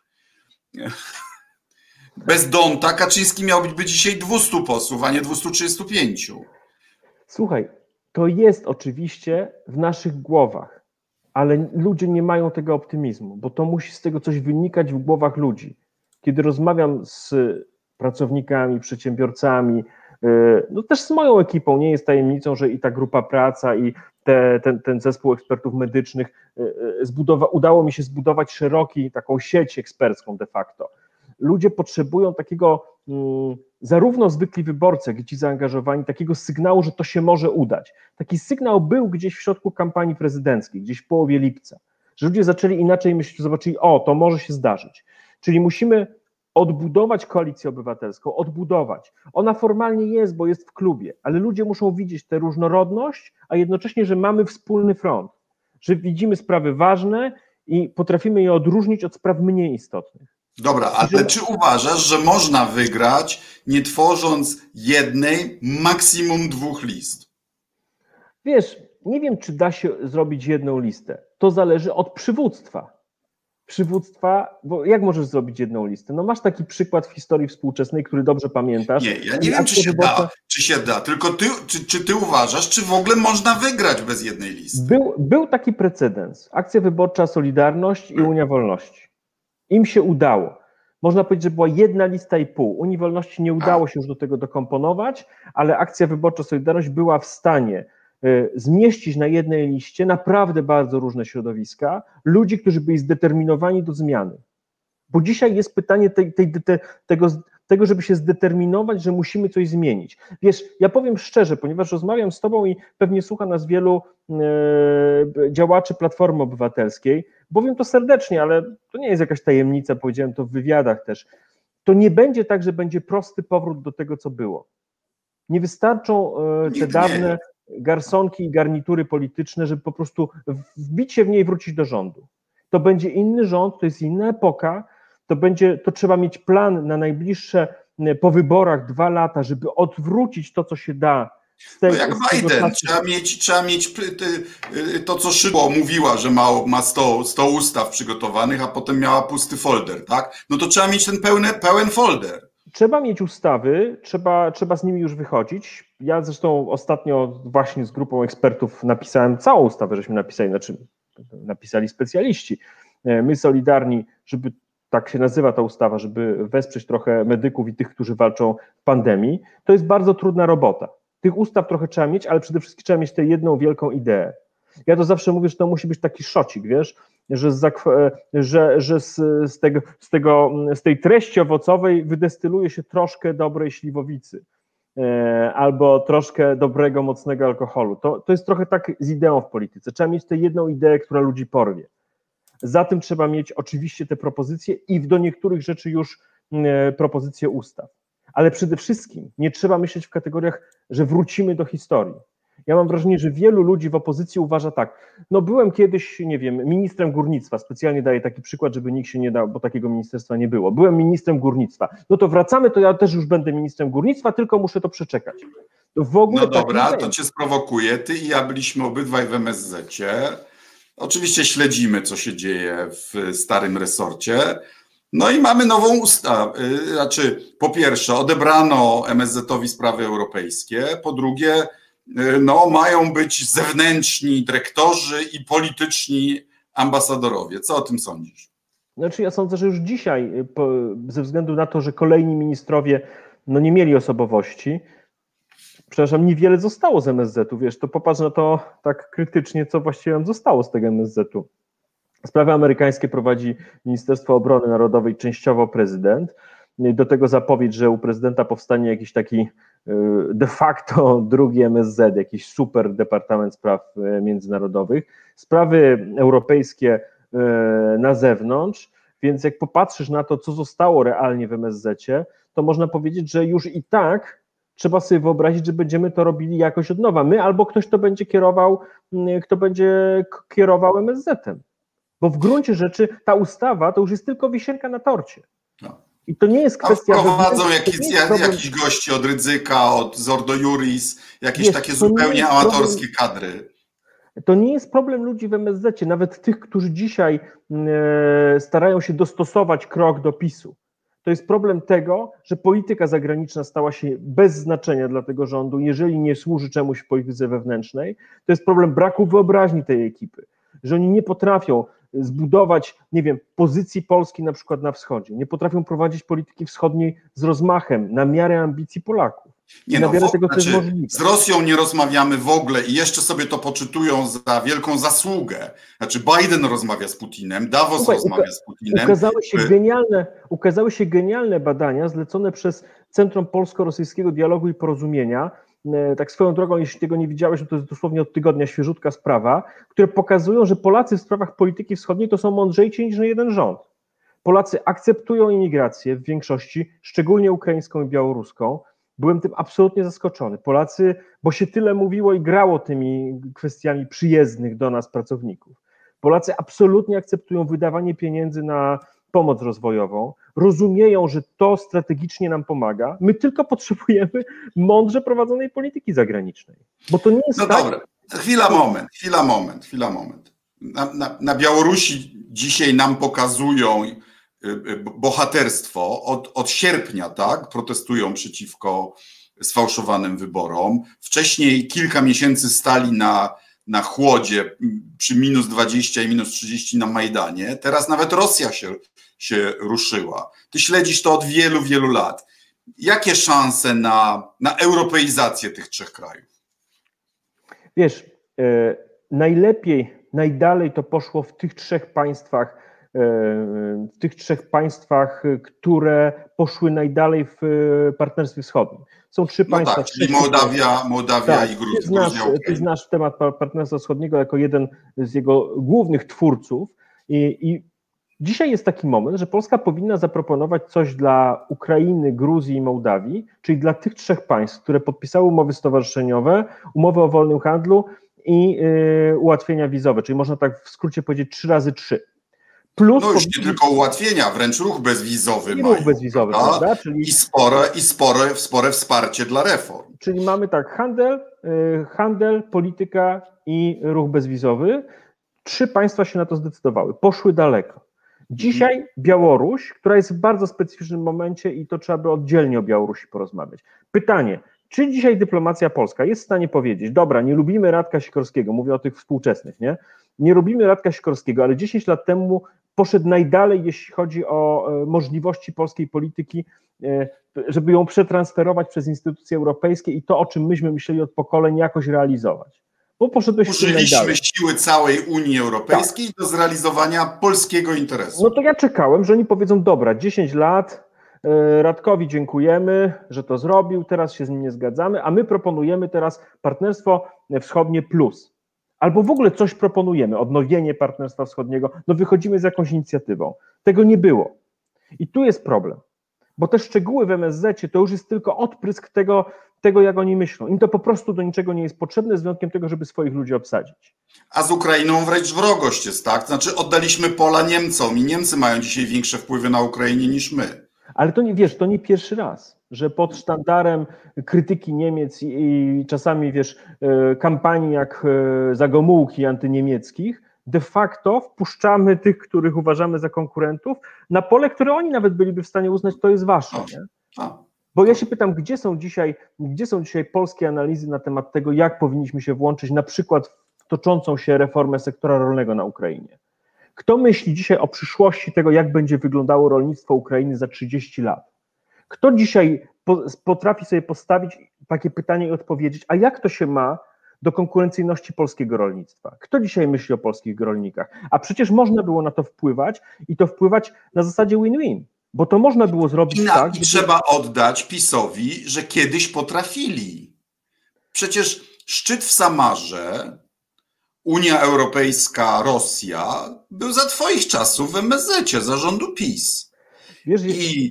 Bez Donta Kaczyński miał być dzisiaj dwieście posłów, a nie dwieście trzydzieści pięć. Słuchaj, to jest oczywiście w naszych głowach, ale ludzie nie mają tego optymizmu, bo to musi z tego coś wynikać w głowach ludzi. Kiedy rozmawiam z pracownikami, przedsiębiorcami, no też z moją ekipą, nie jest tajemnicą, że i ta grupa praca i te, ten, ten zespół ekspertów medycznych zbudowa, udało mi się zbudować szeroki, taką sieć ekspercką de facto. Ludzie potrzebują takiego, mm, zarówno zwykli wyborcy, jak i ci zaangażowani, takiego sygnału, że to się może udać. Taki sygnał był gdzieś w środku kampanii prezydenckiej, gdzieś w połowie lipca, że ludzie zaczęli inaczej myśleć, zobaczyli, o, to może się zdarzyć. Czyli musimy odbudować koalicję obywatelską, odbudować. Ona formalnie jest, bo jest w klubie, ale ludzie muszą widzieć tę różnorodność, a jednocześnie, że mamy wspólny front, że widzimy sprawy ważne i potrafimy je odróżnić od spraw mniej istotnych. Dobra, ale czy uważasz, że można wygrać, nie tworząc jednej, maksimum dwóch list? Wiesz, nie wiem, czy da się zrobić jedną listę. To zależy od przywództwa. Przywództwa, bo jak możesz zrobić jedną listę? No masz taki przykład w historii współczesnej, który dobrze pamiętasz. Nie, ja nie wiem, czy się wyborcza... da, czy się da, tylko ty, czy, czy ty uważasz, czy w ogóle można wygrać bez jednej listy? Był, był taki precedens. Akcja wyborcza Solidarność i Unia Wolności. Im się udało. Można powiedzieć, że była jedna lista i pół. Unii Wolności nie udało się już do tego dokomponować, ale Akcja Wyborcza Solidarność była w stanie zmieścić na jednej liście naprawdę bardzo różne środowiska, ludzi, którzy byli zdeterminowani do zmiany. Bo dzisiaj jest pytanie tej, tej, tej, tego, tego, żeby się zdeterminować, że musimy coś zmienić. Wiesz, ja powiem szczerze, ponieważ rozmawiam z tobą i pewnie słucha nas wielu e, działaczy Platformy Obywatelskiej, powiem to serdecznie, ale to nie jest jakaś tajemnica, powiedziałem to w wywiadach też. To nie będzie tak, że będzie prosty powrót do tego, co było. Nie wystarczą e, te dawne garsonki i garnitury polityczne, żeby po prostu wbić się w niej i wrócić do rządu. To będzie inny rząd, to jest inna epoka, to będzie, to trzeba mieć plan na najbliższe po wyborach dwa lata, żeby odwrócić to, co się da. Z tej, no jak z Biden, czasu... trzeba mieć, trzeba mieć to, co Szydło mówiła, że ma, ma sto, sto ustaw przygotowanych, a potem miała pusty folder, tak? No to trzeba mieć ten pełny, pełen folder. Trzeba mieć ustawy, trzeba, trzeba z nimi już wychodzić. Ja zresztą ostatnio właśnie z grupą ekspertów napisałem całą ustawę, żeśmy napisali, znaczy napisali specjaliści. My Solidarni, żeby tak się nazywa ta ustawa, żeby wesprzeć trochę medyków i tych, którzy walczą w pandemii, to jest bardzo trudna robota. Tych ustaw trochę trzeba mieć, ale przede wszystkim trzeba mieć tę jedną wielką ideę. Ja to zawsze mówię, że to musi być taki szocik, wiesz, że, z, że, że z, z, tego, z, tego, z tej treści owocowej wydestyluje się troszkę dobrej śliwowicy e, albo troszkę dobrego, mocnego alkoholu. To, to jest trochę tak z ideą w polityce. Trzeba mieć tę jedną ideę, która ludzi porwie. Za tym trzeba mieć oczywiście te propozycje i do niektórych rzeczy już e, propozycje ustaw. Ale przede wszystkim nie trzeba myśleć w kategoriach, że wrócimy do historii. Ja mam wrażenie, że wielu ludzi w opozycji uważa tak, no byłem kiedyś, nie wiem, ministrem górnictwa, specjalnie daję taki przykład, żeby nikt się nie dał, bo takiego ministerstwa nie było. Byłem ministrem górnictwa, no to wracamy, to ja też już będę ministrem górnictwa, tylko muszę to przeczekać. To w ogóle no dobra, tak to cię sprowokuje, ty i ja byliśmy obydwaj w M S Z-cie. Oczywiście śledzimy, co się dzieje w starym resorcie. No i mamy nową ustawę, znaczy po pierwsze odebrano M S Z-owi sprawy europejskie, po drugie no mają być zewnętrzni dyrektorzy i polityczni ambasadorowie. Co o tym sądzisz? Znaczy ja sądzę, że już dzisiaj ze względu na to, że kolejni ministrowie no nie mieli osobowości, przepraszam, niewiele zostało z M S Z-u, wiesz, to popatrz na to tak krytycznie, co właściwie nam zostało z tego M S Z-u. Sprawy amerykańskie prowadzi Ministerstwo Obrony Narodowej, częściowo prezydent. Do tego zapowiedź, że u prezydenta powstanie jakiś taki de facto drugi M S Z, jakiś super Departament Spraw Międzynarodowych. Sprawy europejskie na zewnątrz, więc jak popatrzysz na to, co zostało realnie w M S Z-cie, to można powiedzieć, że już i tak trzeba sobie wyobrazić, że będziemy to robili jakoś od nowa. My albo ktoś, kto będzie kierował, kto będzie kierował M S Z-em. Bo w gruncie rzeczy ta ustawa to już jest tylko wisienka na torcie. No. I to nie jest kwestia... A wprowadzą jakiś, jakiś gości od Rydzyka, od Zordo Juris, jakieś jest, takie zupełnie amatorskie problem, kadry. To nie jest problem ludzi w M S Z-cie, nawet tych, którzy dzisiaj e, starają się dostosować krok do PiSu. To jest problem tego, że polityka zagraniczna stała się bez znaczenia dla tego rządu, jeżeli nie służy czemuś w polityce wewnętrznej. To jest problem braku wyobraźni tej ekipy, że oni nie potrafią zbudować, nie wiem, pozycji Polski na przykład na wschodzie, nie potrafią prowadzić polityki wschodniej z rozmachem, na miarę ambicji Polaków. Nie na no, miarę tego, co znaczy, jest możliwe. Z Rosją nie rozmawiamy w ogóle i jeszcze sobie to poczytują za wielką zasługę. Znaczy Biden rozmawia z Putinem, Davos Słuchaj, rozmawia z Putinem. Ukazały się, genialne, ukazały się genialne badania zlecone przez Centrum Polsko-Rosyjskiego Dialogu i Porozumienia. Tak swoją drogą, jeśli tego nie widziałeś, to jest dosłownie od tygodnia świeżutka sprawa, które pokazują, że Polacy w sprawach polityki wschodniej to są mądrzejsi niż jeden rząd. Polacy akceptują imigrację w większości, szczególnie ukraińską i białoruską. Byłem tym absolutnie zaskoczony. Polacy, bo się tyle mówiło i grało tymi kwestiami przyjezdnych do nas pracowników. Polacy absolutnie akceptują wydawanie pieniędzy na pomoc rozwojową, rozumieją, że to strategicznie nam pomaga, my tylko potrzebujemy mądrze prowadzonej polityki zagranicznej, bo to nie jest No tak... dobra, chwila, moment, chwila, moment, chwila, moment. Na, na, na Białorusi dzisiaj nam pokazują bohaterstwo od, od sierpnia, tak? Protestują przeciwko sfałszowanym wyborom. Wcześniej kilka miesięcy stali na, na chłodzie przy minus dwadzieścia i minus trzydzieści na Majdanie. Teraz nawet Rosja się, się ruszyła. Ty śledzisz to od wielu, wielu lat. Jakie szanse na, na europeizację tych trzech krajów? Wiesz, e, najlepiej, najdalej to poszło w tych trzech państwach, e, w tych trzech państwach, które poszły najdalej w partnerstwie wschodnim. Są trzy no państwa. Tak, czyli Mołdawia, Mołdawia tak, i Gruzja. Ty znasz, ty znasz temat partnerstwa wschodniego jako jeden z jego głównych twórców i, i dzisiaj jest taki moment, że Polska powinna zaproponować coś dla Ukrainy, Gruzji i Mołdawii, czyli dla tych trzech państw, które podpisały umowy stowarzyszeniowe, umowy o wolnym handlu i yy, ułatwienia wizowe, czyli można tak w skrócie powiedzieć trzy razy trzy. Plus no już powinni... nie tylko ułatwienia, wręcz ruch bezwizowy I mają, ruch bezwizowy, prawda? prawda? Czyli... I, spore, i spore, spore wsparcie dla reform. Czyli mamy tak, handel, yy, handel, polityka i ruch bezwizowy. Trzy państwa się na to zdecydowały, poszły daleko. Dzisiaj Białoruś, która jest w bardzo specyficznym momencie i to trzeba by oddzielnie o Białorusi porozmawiać. Pytanie, czy dzisiaj dyplomacja polska jest w stanie powiedzieć, dobra, nie lubimy Radka Sikorskiego, mówię o tych współczesnych, nie? Nie lubimy Radka Sikorskiego, ale dziesięć lat temu poszedł najdalej, jeśli chodzi o możliwości polskiej polityki, żeby ją przetransferować przez instytucje europejskie i to, o czym myśmy myśleli od pokoleń, jakoś realizować. Bo poszedłeś Użyliśmy siły całej Unii Europejskiej tak. do zrealizowania polskiego interesu. No to ja czekałem, że oni powiedzą, dobra, dziesięć lat, Radkowi dziękujemy, że to zrobił, teraz się z nim nie zgadzamy, a my proponujemy teraz partnerstwo wschodnie plus. Albo w ogóle coś proponujemy, odnowienie partnerstwa wschodniego, no wychodzimy z jakąś inicjatywą. Tego nie było. I tu jest problem, bo te szczegóły w M S Z-cie to już jest tylko odprysk tego, tego, jak oni myślą. Im to po prostu do niczego nie jest potrzebne, z wyjątkiem tego, żeby swoich ludzi obsadzić. A z Ukrainą wręcz wrogość jest, tak? Znaczy oddaliśmy pola Niemcom i Niemcy mają dzisiaj większe wpływy na Ukrainie niż my. Ale to nie, wiesz, to nie pierwszy raz, że pod sztandarem krytyki Niemiec i, i czasami, wiesz, kampanii jak za Gomułki antyniemieckich, de facto wpuszczamy tych, których uważamy za konkurentów, na pole, które oni nawet byliby w stanie uznać, to jest wasze. Nie? Bo ja się pytam, gdzie są dzisiaj, gdzie są dzisiaj polskie analizy na temat tego, jak powinniśmy się włączyć na przykład w toczącą się reformę sektora rolnego na Ukrainie. Kto myśli dzisiaj o przyszłości tego, jak będzie wyglądało rolnictwo Ukrainy za trzydzieści lat? Kto dzisiaj potrafi sobie postawić takie pytanie i odpowiedzieć, a jak to się ma do konkurencyjności polskiego rolnictwa? Kto dzisiaj myśli o polskich rolnikach? A przecież można było na to wpływać i to wpływać na zasadzie win-win, bo to można było zrobić I na, tak... I trzeba oddać PiS-owi, że kiedyś potrafili. Przecież szczyt w Samarze, Unia Europejska, Rosja, był za twoich czasów w M S Z-cie, zarządu PiS. Wiesz, I,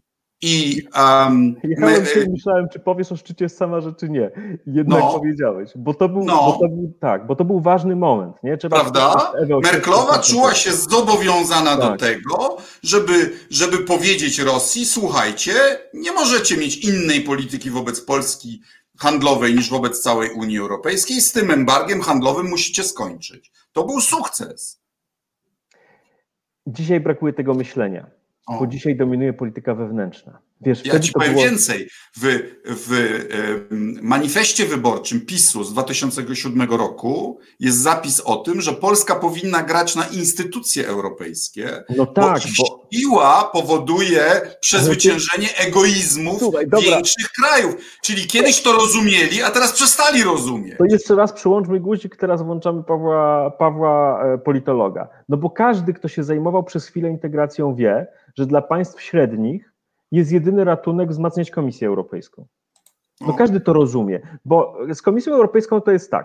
i um, Jechałem my, się i myślałem, czy powiesz o szczycie w Samarze, czy nie. Jednak no, powiedziałeś, bo to był, no, bo to był tak, bo to był ważny moment. Nie? Trzeba prawda? Merklowa czuła się zobowiązana tak. do tego, żeby, żeby powiedzieć Rosji, słuchajcie, nie możecie mieć innej polityki wobec Polski handlowej niż wobec całej Unii Europejskiej, z tym embargiem handlowym musicie skończyć. To był sukces. Dzisiaj brakuje tego myślenia, o. bo dzisiaj dominuje polityka wewnętrzna. Wiesz, ja ci powiem było... więcej. W, w manifestie wyborczym PiS-u z dwa tysiące siódmego roku jest zapis o tym, że Polska powinna grać na instytucje europejskie, no tak, bo, bo siła powoduje przezwyciężenie egoizmów Słuchaj, większych krajów. Czyli kiedyś to rozumieli, a teraz przestali rozumieć. To jeszcze raz przyłączmy guzik, teraz włączamy Pawła, Pawła politologa. No bo każdy, kto się zajmował przez chwilę integracją, wie, że dla państw średnich jest jedyny ratunek wzmacniać Komisję Europejską. No każdy to rozumie, bo z Komisją Europejską to jest tak,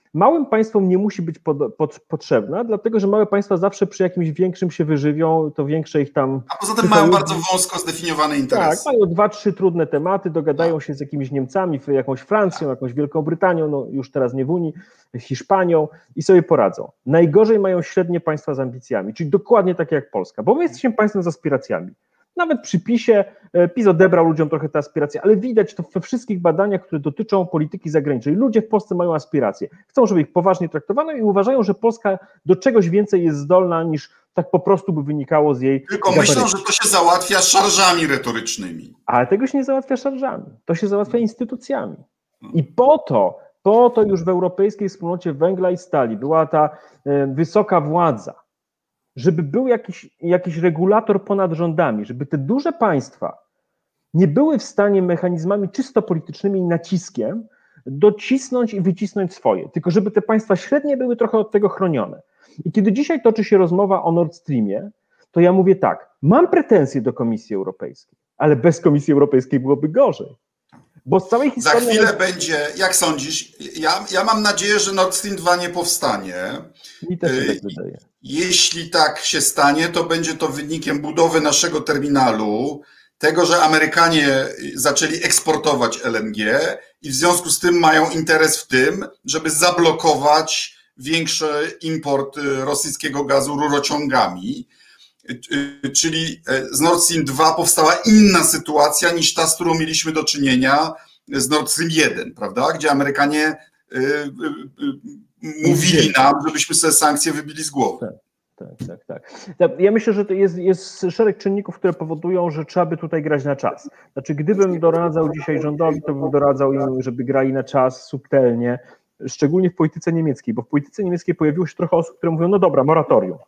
małym państwom nie musi być pod, pod, potrzebna, dlatego że małe państwa zawsze przy jakimś większym się wyżywią, to większe ich tam... A poza tym mają bardzo wąsko zdefiniowane interesy. Tak, mają dwa, trzy trudne tematy, dogadają się z jakimiś Niemcami, jakąś Francją, jakąś Wielką Brytanią, no już teraz nie w Unii, Hiszpanią i sobie poradzą. Najgorzej mają średnie państwa z ambicjami, czyli dokładnie takie jak Polska, bo my jesteśmy państwem z aspiracjami. Nawet przy PiSie, PiS odebrał ludziom trochę te aspiracje, ale widać to we wszystkich badaniach, które dotyczą polityki zagranicznej. Ludzie w Polsce mają aspiracje, chcą, żeby ich poważnie traktowano i uważają, że Polska do czegoś więcej jest zdolna niż tak po prostu by wynikało z jej Tylko gabarytu. myślą, że to się załatwia szarżami retorycznymi. Ale tego się nie załatwia szarżami, to się załatwia instytucjami. I po to, po to już w Europejskiej Wspólnocie Węgla i Stali była ta e, wysoka władza, żeby był jakiś, jakiś regulator ponad rządami, żeby te duże państwa nie były w stanie mechanizmami czysto politycznymi i naciskiem docisnąć i wycisnąć swoje, tylko żeby te państwa średnie były trochę od tego chronione. I kiedy dzisiaj toczy się rozmowa o Nord Streamie, to ja mówię tak, mam pretensje do Komisji Europejskiej, ale bez Komisji Europejskiej byłoby gorzej. Bo z całej historii... Za chwilę będzie, jak sądzisz, ja, ja mam nadzieję, że Nord Stream dwa nie powstanie. Mi też się tak wydaje. Jeśli tak się stanie, to będzie to wynikiem budowy naszego terminalu, tego, że Amerykanie zaczęli eksportować L N G i w związku z tym mają interes w tym, żeby zablokować większy import rosyjskiego gazu rurociągami. Czyli z Nord Stream dwa powstała inna sytuacja niż ta, z którą mieliśmy do czynienia z Nord Stream jeden, prawda? Gdzie Amerykanie mówili nam, żebyśmy sobie sankcje wybili z głowy. Tak, tak, tak, tak. Ja myślę, że to jest, jest szereg czynników, które powodują, że trzeba by tutaj grać na czas. Znaczy, gdybym doradzał dzisiaj rządowi, to bym doradzał im, żeby grali na czas subtelnie, szczególnie w polityce niemieckiej, bo w polityce niemieckiej pojawiło się trochę osób, które mówią, no dobra, moratorium.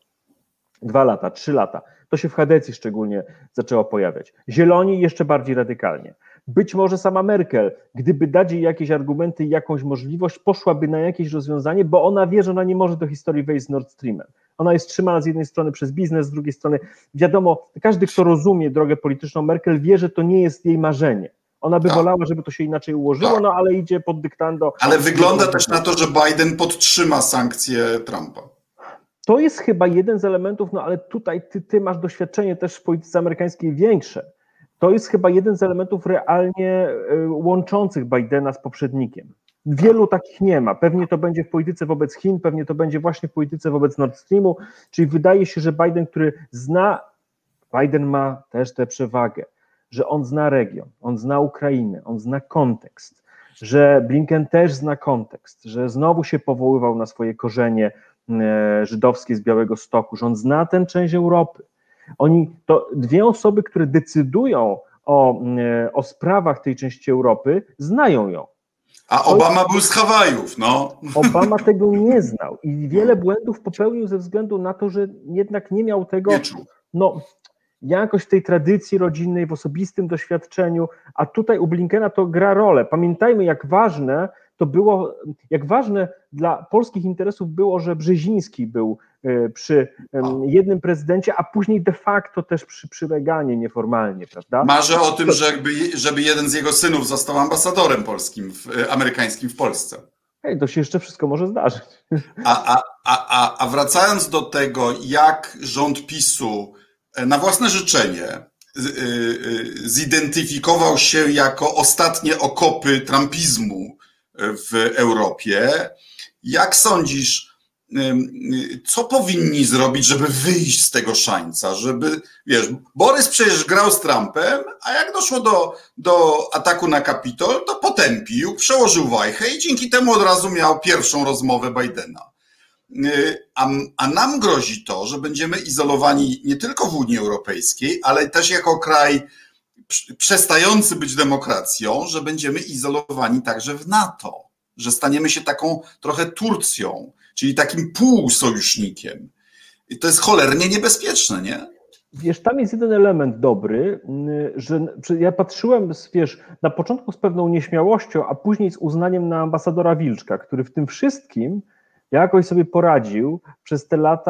Dwa lata, trzy lata. To się w Hadecji szczególnie zaczęło pojawiać. Zieloni jeszcze bardziej radykalnie. Być może sama Merkel, gdyby dać jej jakieś argumenty i jakąś możliwość, poszłaby na jakieś rozwiązanie, bo ona wie, że ona nie może do historii wejść z Nord Streamem. Ona jest trzymana z jednej strony przez biznes, z drugiej strony wiadomo, każdy, kto rozumie drogę polityczną Merkel, wie, że to nie jest jej marzenie. Ona by tak. wolała, żeby to się inaczej ułożyło, tak. no ale idzie pod dyktando. Ale wygląda też na to, że Biden podtrzyma sankcje Trumpa. To jest chyba jeden z elementów, no ale tutaj ty, ty masz doświadczenie też w polityce amerykańskiej większe. To jest chyba jeden z elementów realnie łączących Bidena z poprzednikiem. Wielu takich nie ma. Pewnie to będzie w polityce wobec Chin, pewnie to będzie właśnie w polityce wobec Nord Streamu, czyli wydaje się, że Biden, który zna, Biden ma też tę przewagę, że on zna region, on zna Ukrainę, on zna kontekst, że Blinken też zna kontekst, że znowu się powoływał na swoje korzenie żydowskie z Białegostoku, że on zna tę część Europy. Oni, to dwie osoby, które decydują o, o sprawach tej części Europy, znają ją. A Obama był z Hawajów, no. Obama tego nie znał i wiele błędów popełnił ze względu na to, że jednak nie miał tego, no, jakoś w tej tradycji rodzinnej, w osobistym doświadczeniu, a tutaj u Blinkena to gra rolę. Pamiętajmy, jak ważne to było, jak ważne dla polskich interesów było, że Brzeziński był przy jednym prezydencie, a później de facto też przy, przy Reaganie nieformalnie, prawda? Marzę o tym, żeby, żeby jeden z jego synów został ambasadorem polskim, w, amerykańskim w Polsce. Hej, to się jeszcze wszystko może zdarzyć. A, a, a, a, a wracając do tego, jak rząd PiSu na własne życzenie zidentyfikował się jako ostatnie okopy trumpizmu w Europie, jak sądzisz, co powinni zrobić, żeby wyjść z tego szańca, żeby, wiesz, Borys przecież grał z Trumpem, a jak doszło do, do ataku na Kapitol, to potępił, przełożył wajchę i dzięki temu od razu miał pierwszą rozmowę Bidena. A, a nam grozi to, że będziemy izolowani nie tylko w Unii Europejskiej, ale też jako kraj przestający być demokracją, że będziemy izolowani także w NATO, że staniemy się taką trochę Turcją, czyli takim półsojusznikiem. I to jest cholernie niebezpieczne, nie? Wiesz, tam jest jeden element dobry, że ja patrzyłem, wiesz, na początku z pewną nieśmiałością, a później z uznaniem na ambasadora Wilczka, który w tym wszystkim jakoś sobie poradził przez te lata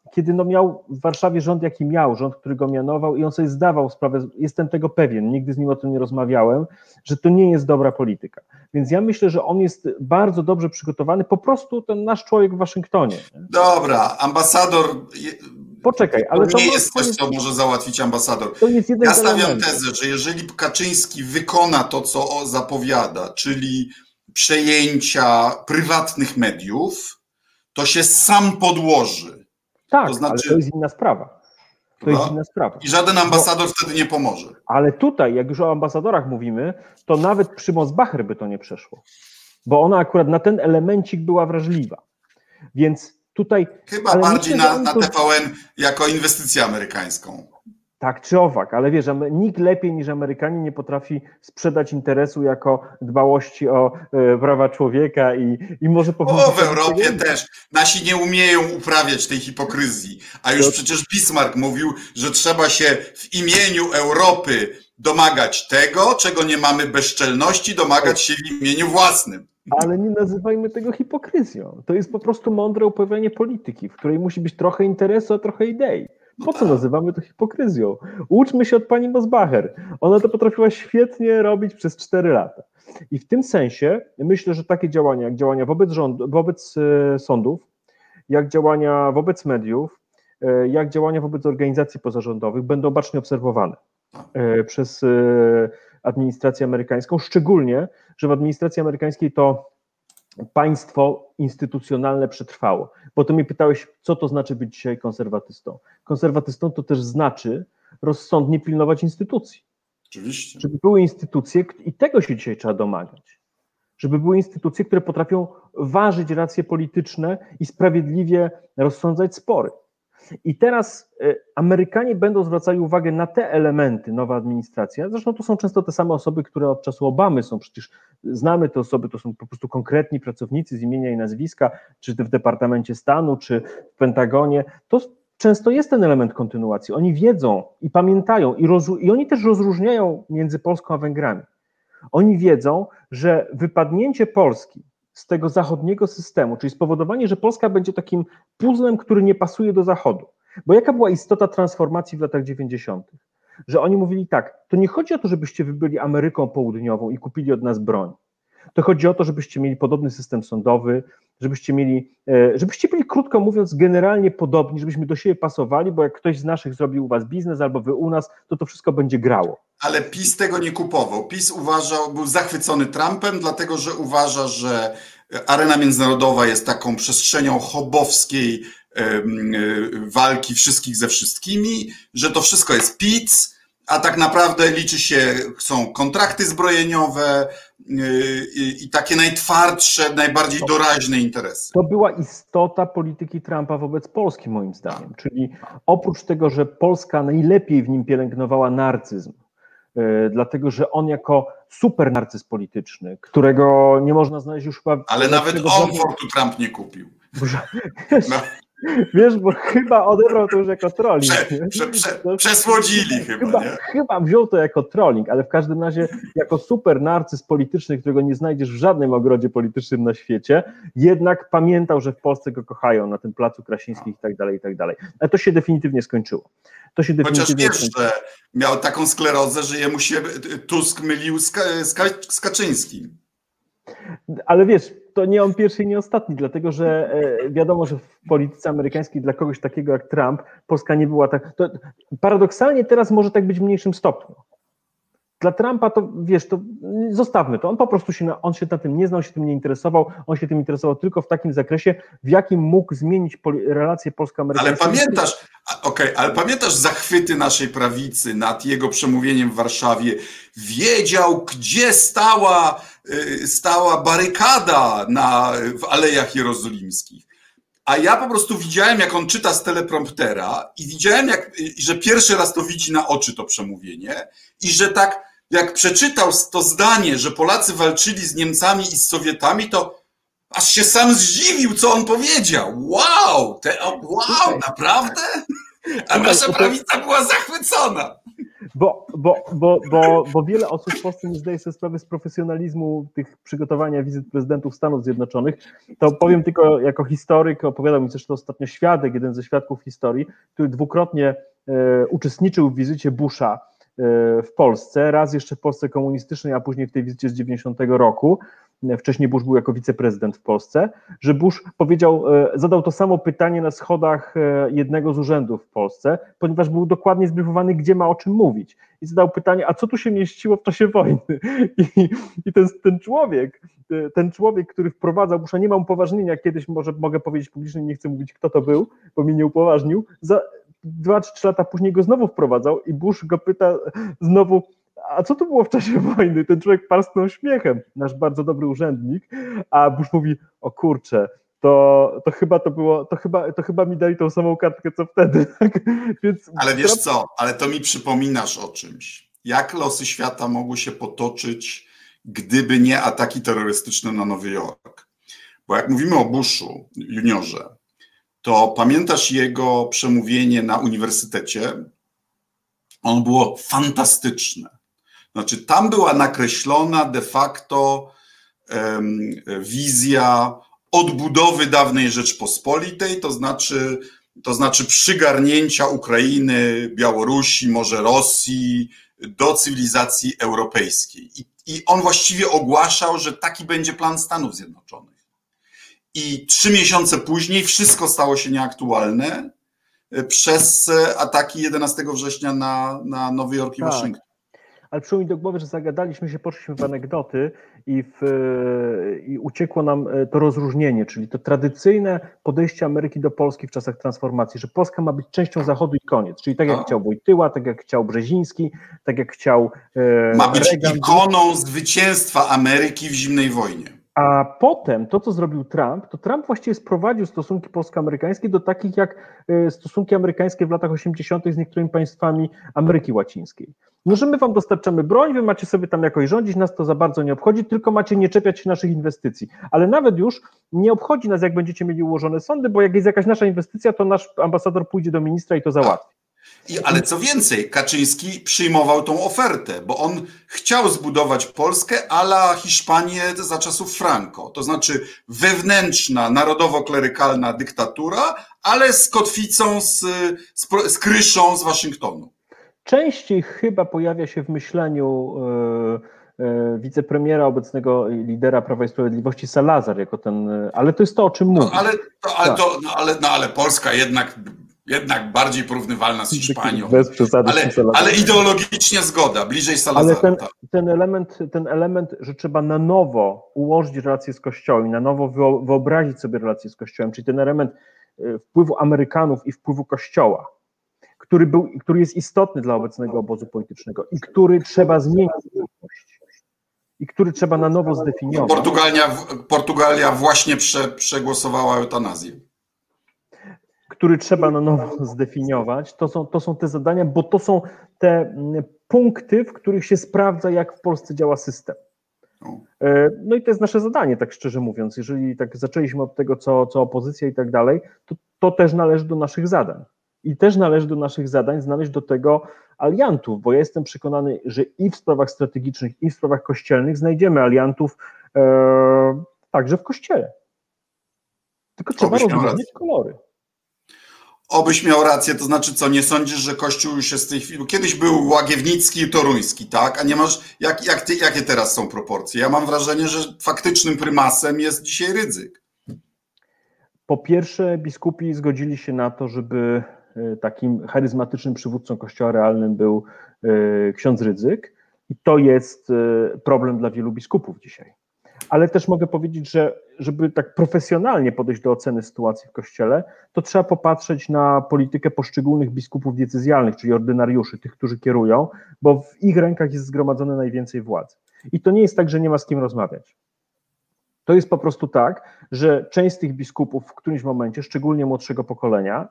kiedy no miał w Warszawie rząd, jaki miał, rząd, który go mianował i on sobie zdawał sprawę, jestem tego pewien, nigdy z nim o tym nie rozmawiałem, że to nie jest dobra polityka. Więc ja myślę, że on jest bardzo dobrze przygotowany, po prostu ten nasz człowiek w Waszyngtonie. Dobra, ambasador... Poczekaj, ale to to nie no, jest coś, jest, co może załatwić ambasador. To jest jeden ja stawiam element. tezę, że jeżeli Kaczyński wykona to, co zapowiada, czyli przejęcia prywatnych mediów, to się sam podłoży. Tak, to znaczy, ale to jest inna sprawa. To jest inna sprawa. I żaden ambasador Bo, wtedy nie pomoże. Ale tutaj, jak już o ambasadorach mówimy, to nawet przy Mosbacher by to nie przeszło. Bo ona akurat na ten elemencik była wrażliwa. Więc tutaj... Chyba bardziej myślę, na, na to... T V N jako inwestycję amerykańską. Tak czy owak, ale wiesz, nikt lepiej niż Amerykanie nie potrafi sprzedać interesu jako dbałości o e, prawa człowieka i, i może powiedzieć... O, w Europie też. Nasi nie umieją uprawiać tej hipokryzji. A już to... przecież Bismarck mówił, że trzeba się w imieniu Europy domagać tego, czego nie mamy bezczelności, domagać się w imieniu własnym. Ale nie nazywajmy tego hipokryzją. To jest po prostu mądre uprawianie polityki, w której musi być trochę interesu, a trochę idei. Po co nazywamy to hipokryzją? Uczmy się od pani Mosbacher. Ona to potrafiła świetnie robić przez cztery lata. I w tym sensie myślę, że takie działania, jak działania wobec rządu, wobec sądów, jak działania wobec mediów, jak działania wobec organizacji pozarządowych będą bacznie obserwowane przez administrację amerykańską, szczególnie, że w administracji amerykańskiej to państwo instytucjonalne przetrwało. Bo to mnie pytałeś, co to znaczy być dzisiaj konserwatystą. Konserwatystą to też znaczy rozsądnie pilnować instytucji. Oczywiście. Żeby były instytucje, i tego się dzisiaj trzeba domagać, żeby były instytucje, które potrafią ważyć racje polityczne i sprawiedliwie rozsądzać spory. I teraz Amerykanie będą zwracali uwagę na te elementy, nowa administracja, zresztą to są często te same osoby, które od czasu Obamy są, przecież znamy te osoby, to są po prostu konkretni pracownicy z imienia i nazwiska, czy w Departamencie Stanu, czy w Pentagonie, to często jest ten element kontynuacji, oni wiedzą i pamiętają i, rozru- i oni też rozróżniają między Polską a Węgrami. Oni wiedzą, że wypadnięcie Polski z tego zachodniego systemu, czyli spowodowanie, że Polska będzie takim puzzlem, który nie pasuje do Zachodu. Bo jaka była istota transformacji w latach dziewięćdziesiątych? Że oni mówili tak, to nie chodzi o to, żebyście wy byli Ameryką Południową i kupili od nas broń. To chodzi o to, żebyście mieli podobny system sądowy, żebyście mieli, żebyście byli, krótko mówiąc, generalnie podobni, żebyśmy do siebie pasowali, bo jak ktoś z naszych zrobił u was biznes albo wy u nas, to to wszystko będzie grało. Ale PiS tego nie kupował. PiS uważał, był zachwycony Trumpem, dlatego że uważa, że arena międzynarodowa jest taką przestrzenią hobbowskiej walki wszystkich ze wszystkimi, że to wszystko jest pic, a tak naprawdę liczy się, są kontrakty zbrojeniowe i, i takie najtwardsze, najbardziej doraźne interesy. To była istota polityki Trumpa wobec Polski, moim zdaniem. Czyli oprócz tego, że Polska najlepiej w nim pielęgnowała narcyzm, dlatego że on jako super narcyz polityczny, którego nie można znaleźć już chyba... Ale nawet on Fortu Trump nie kupił. Wiesz, no. Wiesz, bo chyba odebrał to już jako trolling. Prze, prze, prze, przesłodzili chyba, chyba, nie? chyba wziął to jako trolling, ale w każdym razie jako super narcyz polityczny, którego nie znajdziesz w żadnym ogrodzie politycznym na świecie, jednak pamiętał, że w Polsce go kochają na tym placu Krasińskich i tak dalej, i tak dalej. Ale to się definitywnie skończyło. To się Chociaż definitywnie wiesz, skończyło. że miał taką sklerozę, że jemu się Tusk mylił z, z, z Kaczyńskim. Ale wiesz, to nie on pierwszy i nie ostatni, dlatego że e, wiadomo, że w polityce amerykańskiej dla kogoś takiego jak Trump Polska nie była tak... To, paradoksalnie teraz może tak być w mniejszym stopniu. Dla Trumpa to, wiesz, to zostawmy to. On po prostu się na, on się na tym nie znał, się tym nie interesował. On się tym interesował tylko w takim zakresie, w jakim mógł zmienić poli- relacje polsko-amerykańskie. Ale pamiętasz, okej, okay, ale pamiętasz zachwyty naszej prawicy nad jego przemówieniem w Warszawie? Wiedział, gdzie stała, stała barykada na, w Alejach Jerozolimskich. A ja po prostu widziałem, jak on czyta z telepromptera i widziałem, jak, że pierwszy raz to widzi na oczy to przemówienie i że tak, jak przeczytał to zdanie, że Polacy walczyli z Niemcami i z Sowietami, to aż się sam zdziwił, co on powiedział. Wow, te, wow, naprawdę? A nasza prawica była zachwycona. Bo, bo, bo, bo, bo wiele osób w Polsce nie zdaje sobie sprawy z profesjonalizmu tych przygotowania wizyt prezydentów Stanów Zjednoczonych. To powiem tylko jako historyk, opowiadał mi zresztą ostatnio świadek, jeden ze świadków historii, który dwukrotnie e, uczestniczył w wizycie Busha e, w Polsce, raz jeszcze w Polsce komunistycznej, a później w tej wizycie z dziewięćdziesiątego roku. Wcześniej Bush był jako wiceprezydent w Polsce, że Bush powiedział, zadał to samo pytanie na schodach jednego z urzędów w Polsce, ponieważ był dokładnie zbriefowany, gdzie ma o czym mówić. I zadał pytanie, a co tu się mieściło w czasie wojny? I, i ten, ten człowiek, ten człowiek, który wprowadzał Busha, nie ma upoważnienia, kiedyś może mogę powiedzieć publicznie, nie chcę mówić, kto to był, bo mnie nie upoważnił, za dwa czy trzy lata później go znowu wprowadzał i Bush go pyta znowu, a co to było w czasie wojny? Ten człowiek parsknął śmiechem, nasz bardzo dobry urzędnik, a Bush mówi, o kurczę, to, to chyba to było, to chyba, to chyba mi dali tą samą kartkę, co wtedy. Więc ale wiesz co, ale to mi przypominasz o czymś. Jak losy świata mogły się potoczyć, gdyby nie ataki terrorystyczne na Nowy Jork? Bo jak mówimy o Bushu juniorze, to pamiętasz jego przemówienie na uniwersytecie? On było fantastyczne. Znaczy, tam była nakreślona de facto um, wizja odbudowy dawnej Rzeczpospolitej, to znaczy, to znaczy przygarnięcia Ukrainy, Białorusi, może Rosji do cywilizacji europejskiej. I, I on właściwie ogłaszał, że taki będzie plan Stanów Zjednoczonych. I trzy miesiące później wszystko stało się nieaktualne przez ataki jedenastego września na, na Nowy Jork i tak. Waszyngton. Ale przyszło mi do głowy, że zagadaliśmy się, poszliśmy w anegdoty i, w, i uciekło nam to rozróżnienie, czyli to tradycyjne podejście Ameryki do Polski w czasach transformacji, że Polska ma być częścią Zachodu i koniec, czyli tak jak A? chciał Wojtyła, tak jak chciał Brzeziński, tak jak chciał e, Ma być Reagan. ikoną zwycięstwa Ameryki w zimnej wojnie. A potem to, co zrobił Trump, to Trump właściwie sprowadził stosunki polsko-amerykańskie do takich jak stosunki amerykańskie w latach osiemdziesiątych z niektórymi państwami Ameryki Łacińskiej. No, że my wam dostarczamy broń, wy macie sobie tam jakoś rządzić, nas to za bardzo nie obchodzi, tylko macie nie czepiać się naszych inwestycji. Ale nawet już nie obchodzi nas, jak będziecie mieli ułożone sądy, bo jak jest jakaś nasza inwestycja, to nasz ambasador pójdzie do ministra i to załatwi. I, ale co więcej, Kaczyński przyjmował tą ofertę, bo on chciał zbudować Polskę a la Hiszpanię za czasów Franco. To znaczy wewnętrzna, narodowo-klerykalna dyktatura, ale z kotwicą, z, z, z kryszą z Waszyngtonu. Częściej chyba pojawia się w myśleniu yy, yy, wicepremiera, obecnego lidera Prawa i Sprawiedliwości Salazar, jako ten, ale to jest to, o czym mówię. No, ale, to, ale, to, no, ale, no, ale Polska jednak... Jednak bardziej porównywalna z Hiszpanią, bez przesady, ale, ale ideologicznie zgoda, bliżej Salazara. Ale ten, ten, element, ten element, że trzeba na nowo ułożyć relacje z Kościołem i na nowo wyobrazić sobie relacje z Kościołem, czyli ten element wpływu Amerykanów i wpływu Kościoła, który, był, który jest istotny dla obecnego obozu politycznego i który trzeba zmienić i który trzeba na nowo zdefiniować. Portugalia, Portugalia właśnie prze, przegłosowała eutanazję. Który trzeba na nowo zdefiniować, to są, to są te zadania, bo to są te punkty, w których się sprawdza, jak w Polsce działa system. No i to jest nasze zadanie, tak szczerze mówiąc. Jeżeli tak zaczęliśmy od tego, co, co opozycja i tak dalej, to, to też należy do naszych zadań. I też należy do naszych zadań znaleźć do tego aliantów, bo ja jestem przekonany, że i w sprawach strategicznych, i w sprawach kościelnych znajdziemy aliantów e, także w Kościele. Tylko trzeba rozróżnić kolory. Obyś miał rację, to znaczy co, nie sądzisz, że Kościół już jest w tej chwili, bo kiedyś był łagiewnicki i toruński, tak? A nie masz, jak, jak ty, jakie teraz są proporcje? Ja mam wrażenie, że faktycznym prymasem jest dzisiaj Rydzyk. Po pierwsze, biskupi zgodzili się na to, żeby takim charyzmatycznym przywódcą Kościoła realnym był ksiądz Rydzyk i to jest problem dla wielu biskupów dzisiaj. Ale też mogę powiedzieć, że żeby tak profesjonalnie podejść do oceny sytuacji w Kościele, to trzeba popatrzeć na politykę poszczególnych biskupów diecezjalnych, czyli ordynariuszy, tych, którzy kierują, bo w ich rękach jest zgromadzone najwięcej władzy. I to nie jest tak, że nie ma z kim rozmawiać. To jest po prostu tak, że część z tych biskupów w którymś momencie, szczególnie młodszego pokolenia,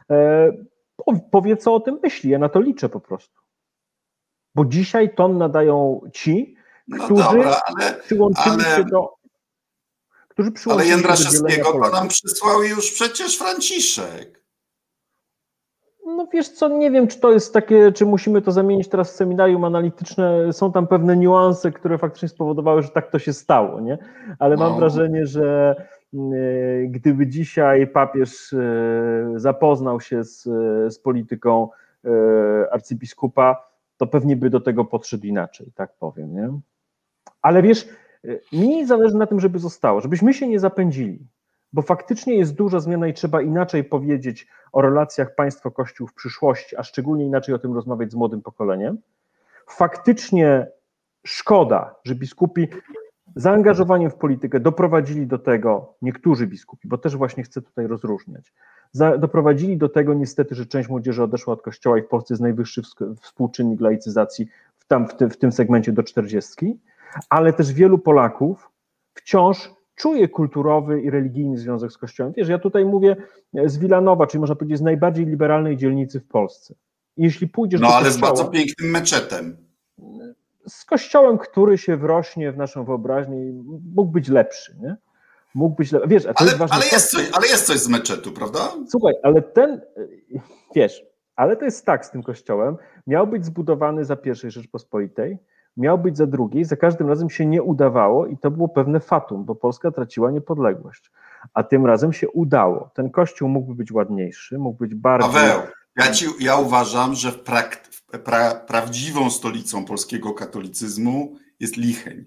powie, co o tym myśli. Ja na to liczę po prostu. Bo dzisiaj ton nadają ci, którzy no dobra, ale, przyłączyli ale, się do... Którzy ale Jędraszewskiego to nam przysłał już przecież Franciszek. No wiesz co, nie wiem, czy to jest takie, czy musimy to zamienić teraz w seminarium analityczne. Są tam pewne niuanse, które faktycznie spowodowały, że tak to się stało, nie? Ale mam No. wrażenie, że y, gdyby dzisiaj papież y, zapoznał się z, z polityką y, arcybiskupa, to pewnie by do tego podszedł inaczej, tak powiem, nie? Ale wiesz, y, mi zależy na tym, żeby zostało, żebyśmy się nie zapędzili. Bo faktycznie jest duża zmiana i trzeba inaczej powiedzieć o relacjach państwo-kościół w przyszłości, a szczególnie inaczej o tym rozmawiać z młodym pokoleniem. Faktycznie szkoda, że biskupi zaangażowaniem w politykę doprowadzili do tego, niektórzy biskupi, bo też właśnie chcę tutaj rozróżniać, doprowadzili do tego niestety, że część młodzieży odeszła od kościoła i w Polsce jest najwyższy współczynnik laicyzacji w, tam, w, tym, w tym segmencie do czterdziestki, ale też wielu Polaków wciąż czuje kulturowy i religijny związek z Kościołem. Wiesz, ja tutaj mówię z Wilanowa, czyli można powiedzieć z najbardziej liberalnej dzielnicy w Polsce. I jeśli pójdziesz no do ale kościoła, z bardzo pięknym meczetem. Z kościołem, który się wrośnie w naszą wyobraźnię, mógł być lepszy, nie? Mógł być lepszy. Wiesz, a to ale, jest ważne. Ale jest, coś, ale jest coś z meczetu, prawda? Słuchaj, ale ten, wiesz, ale to jest tak z tym kościołem, miał być zbudowany za pierwszej Rzeczpospolitej, miał być za drugiej, za każdym razem się nie udawało i to było pewne fatum, bo Polska traciła niepodległość, a tym razem się udało. Ten kościół mógłby być ładniejszy, mógł być bardziej... Paweł, ja, ci, ja uważam, że w prak, pra, prawdziwą stolicą polskiego katolicyzmu jest Licheń.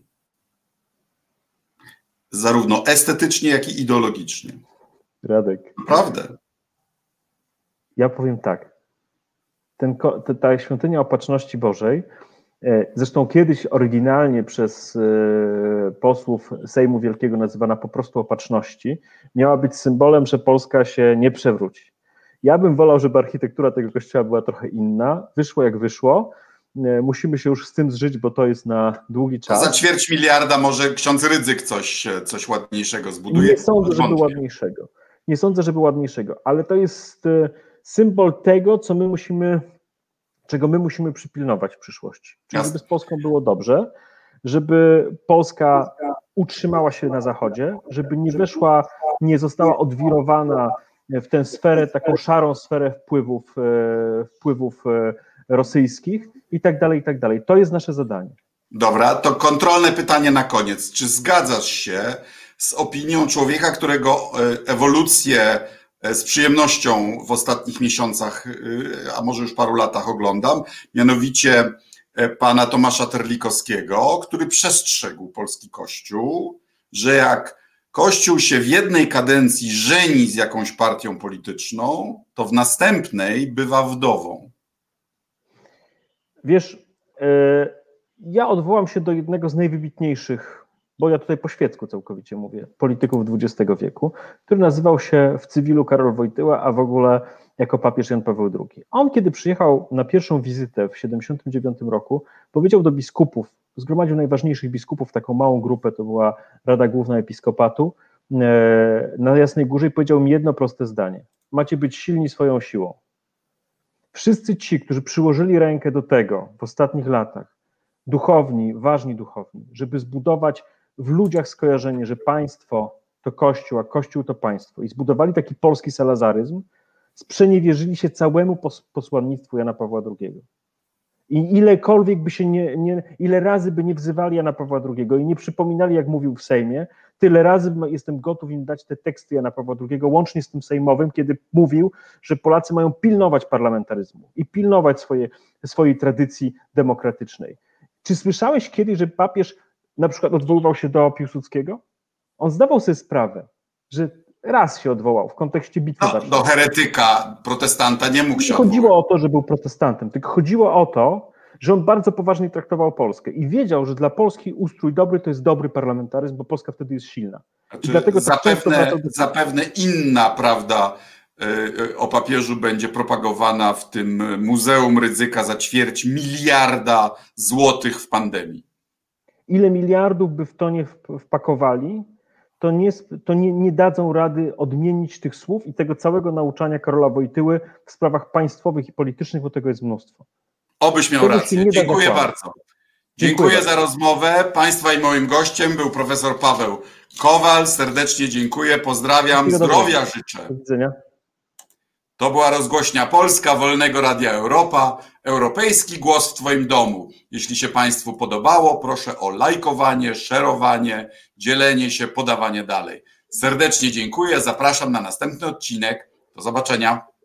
Zarówno estetycznie, jak i ideologicznie. Radek. Naprawdę. Ja powiem tak. Ten, ta świątynia Opatrzności Bożej, zresztą kiedyś oryginalnie przez posłów Sejmu Wielkiego nazywana po prostu Opatrzności, miała być symbolem, że Polska się nie przewróci. Ja bym wolał, żeby architektura tego kościoła była trochę inna. Wyszło jak wyszło. Musimy się już z tym zżyć, bo to jest na długi czas. A za ćwierć miliarda może ksiądz Rydzyk coś, coś ładniejszego zbuduje. Nie sądzę, żeby ładniejszego. Nie sądzę, żeby ładniejszego, ale to jest symbol tego, co my musimy, czego my musimy przypilnować w przyszłości. Czyli Jasne. żeby z Polską było dobrze, żeby Polska utrzymała się na Zachodzie, żeby nie weszła, nie została odwirowana w tę sferę, taką szarą sferę wpływów, wpływów rosyjskich i tak dalej, i tak dalej. To jest nasze zadanie. Dobra, to kontrolne pytanie na koniec. Czy zgadzasz się z opinią człowieka, którego ewolucję z przyjemnością w ostatnich miesiącach, a może już paru latach oglądam, mianowicie pana Tomasza Terlikowskiego, który przestrzegł polski Kościół, że jak Kościół się w jednej kadencji żeni z jakąś partią polityczną, to w następnej bywa wdową. Wiesz, ja odwołam się do jednego z najwybitniejszych, bo ja tutaj po świecku całkowicie mówię, polityków dwudziestego wieku, który nazywał się w cywilu Karol Wojtyła, a w ogóle jako papież Jan Paweł drugi. On, kiedy przyjechał na pierwszą wizytę w siedemdziesiątym dziewiątym roku, powiedział do biskupów, zgromadził najważniejszych biskupów, taką małą grupę, to była Rada Główna Episkopatu, na Jasnej Górze i powiedział mi jedno proste zdanie. Macie być silni swoją siłą. Wszyscy ci, którzy przyłożyli rękę do tego w ostatnich latach, duchowni, ważni duchowni, żeby zbudować w ludziach skojarzenie, że państwo to Kościół, a Kościół to państwo i zbudowali taki polski salazaryzm, sprzeniewierzyli się całemu pos- posłannictwu Jana Pawła drugiego. I ilekolwiek by się nie, nie, ile razy by nie wzywali Jana Pawła drugiego i nie przypominali, jak mówił w Sejmie, tyle razy jestem gotów im dać te teksty Jana Pawła drugiego, łącznie z tym sejmowym, kiedy mówił, że Polacy mają pilnować parlamentaryzmu i pilnować swoje, swojej tradycji demokratycznej. Czy słyszałeś kiedyś, że papież na przykład odwoływał się do Piłsudskiego? On zdawał sobie sprawę, że raz się odwołał w kontekście bitwy No, warszawskiej. do heretyka, protestanta nie mógł się Nie chodziło odwołać. o to, że był protestantem, tylko chodziło o to, że on bardzo poważnie traktował Polskę i wiedział, że dla Polski ustrój dobry to jest dobry parlamentaryzm, bo Polska wtedy jest silna. Znaczy, I dlatego tak często zapewne, wracał do... zapewne inna prawda o papieżu będzie propagowana w tym Muzeum Rydzyka za ćwierć miliarda złotych w pandemii. Ile miliardów by w to nie wpakowali, to, nie, to nie, nie dadzą rady odmienić tych słów i tego całego nauczania Karola Wojtyły w sprawach państwowych i politycznych, bo tego jest mnóstwo. Obyś miał Tego rację. Dziękuję bardzo. bardzo. Dziękuję, dziękuję za rozmowę. Państwa i moim gościem był profesor Paweł Kowal. Serdecznie dziękuję, pozdrawiam, zdrowia życzę. Do widzenia. To była Rozgłośnia Polska Wolnego Radia Europa, europejski głos w Twoim domu. Jeśli się Państwu podobało, proszę o lajkowanie, szerowanie, dzielenie się, podawanie dalej. Serdecznie dziękuję, zapraszam na następny odcinek. Do zobaczenia.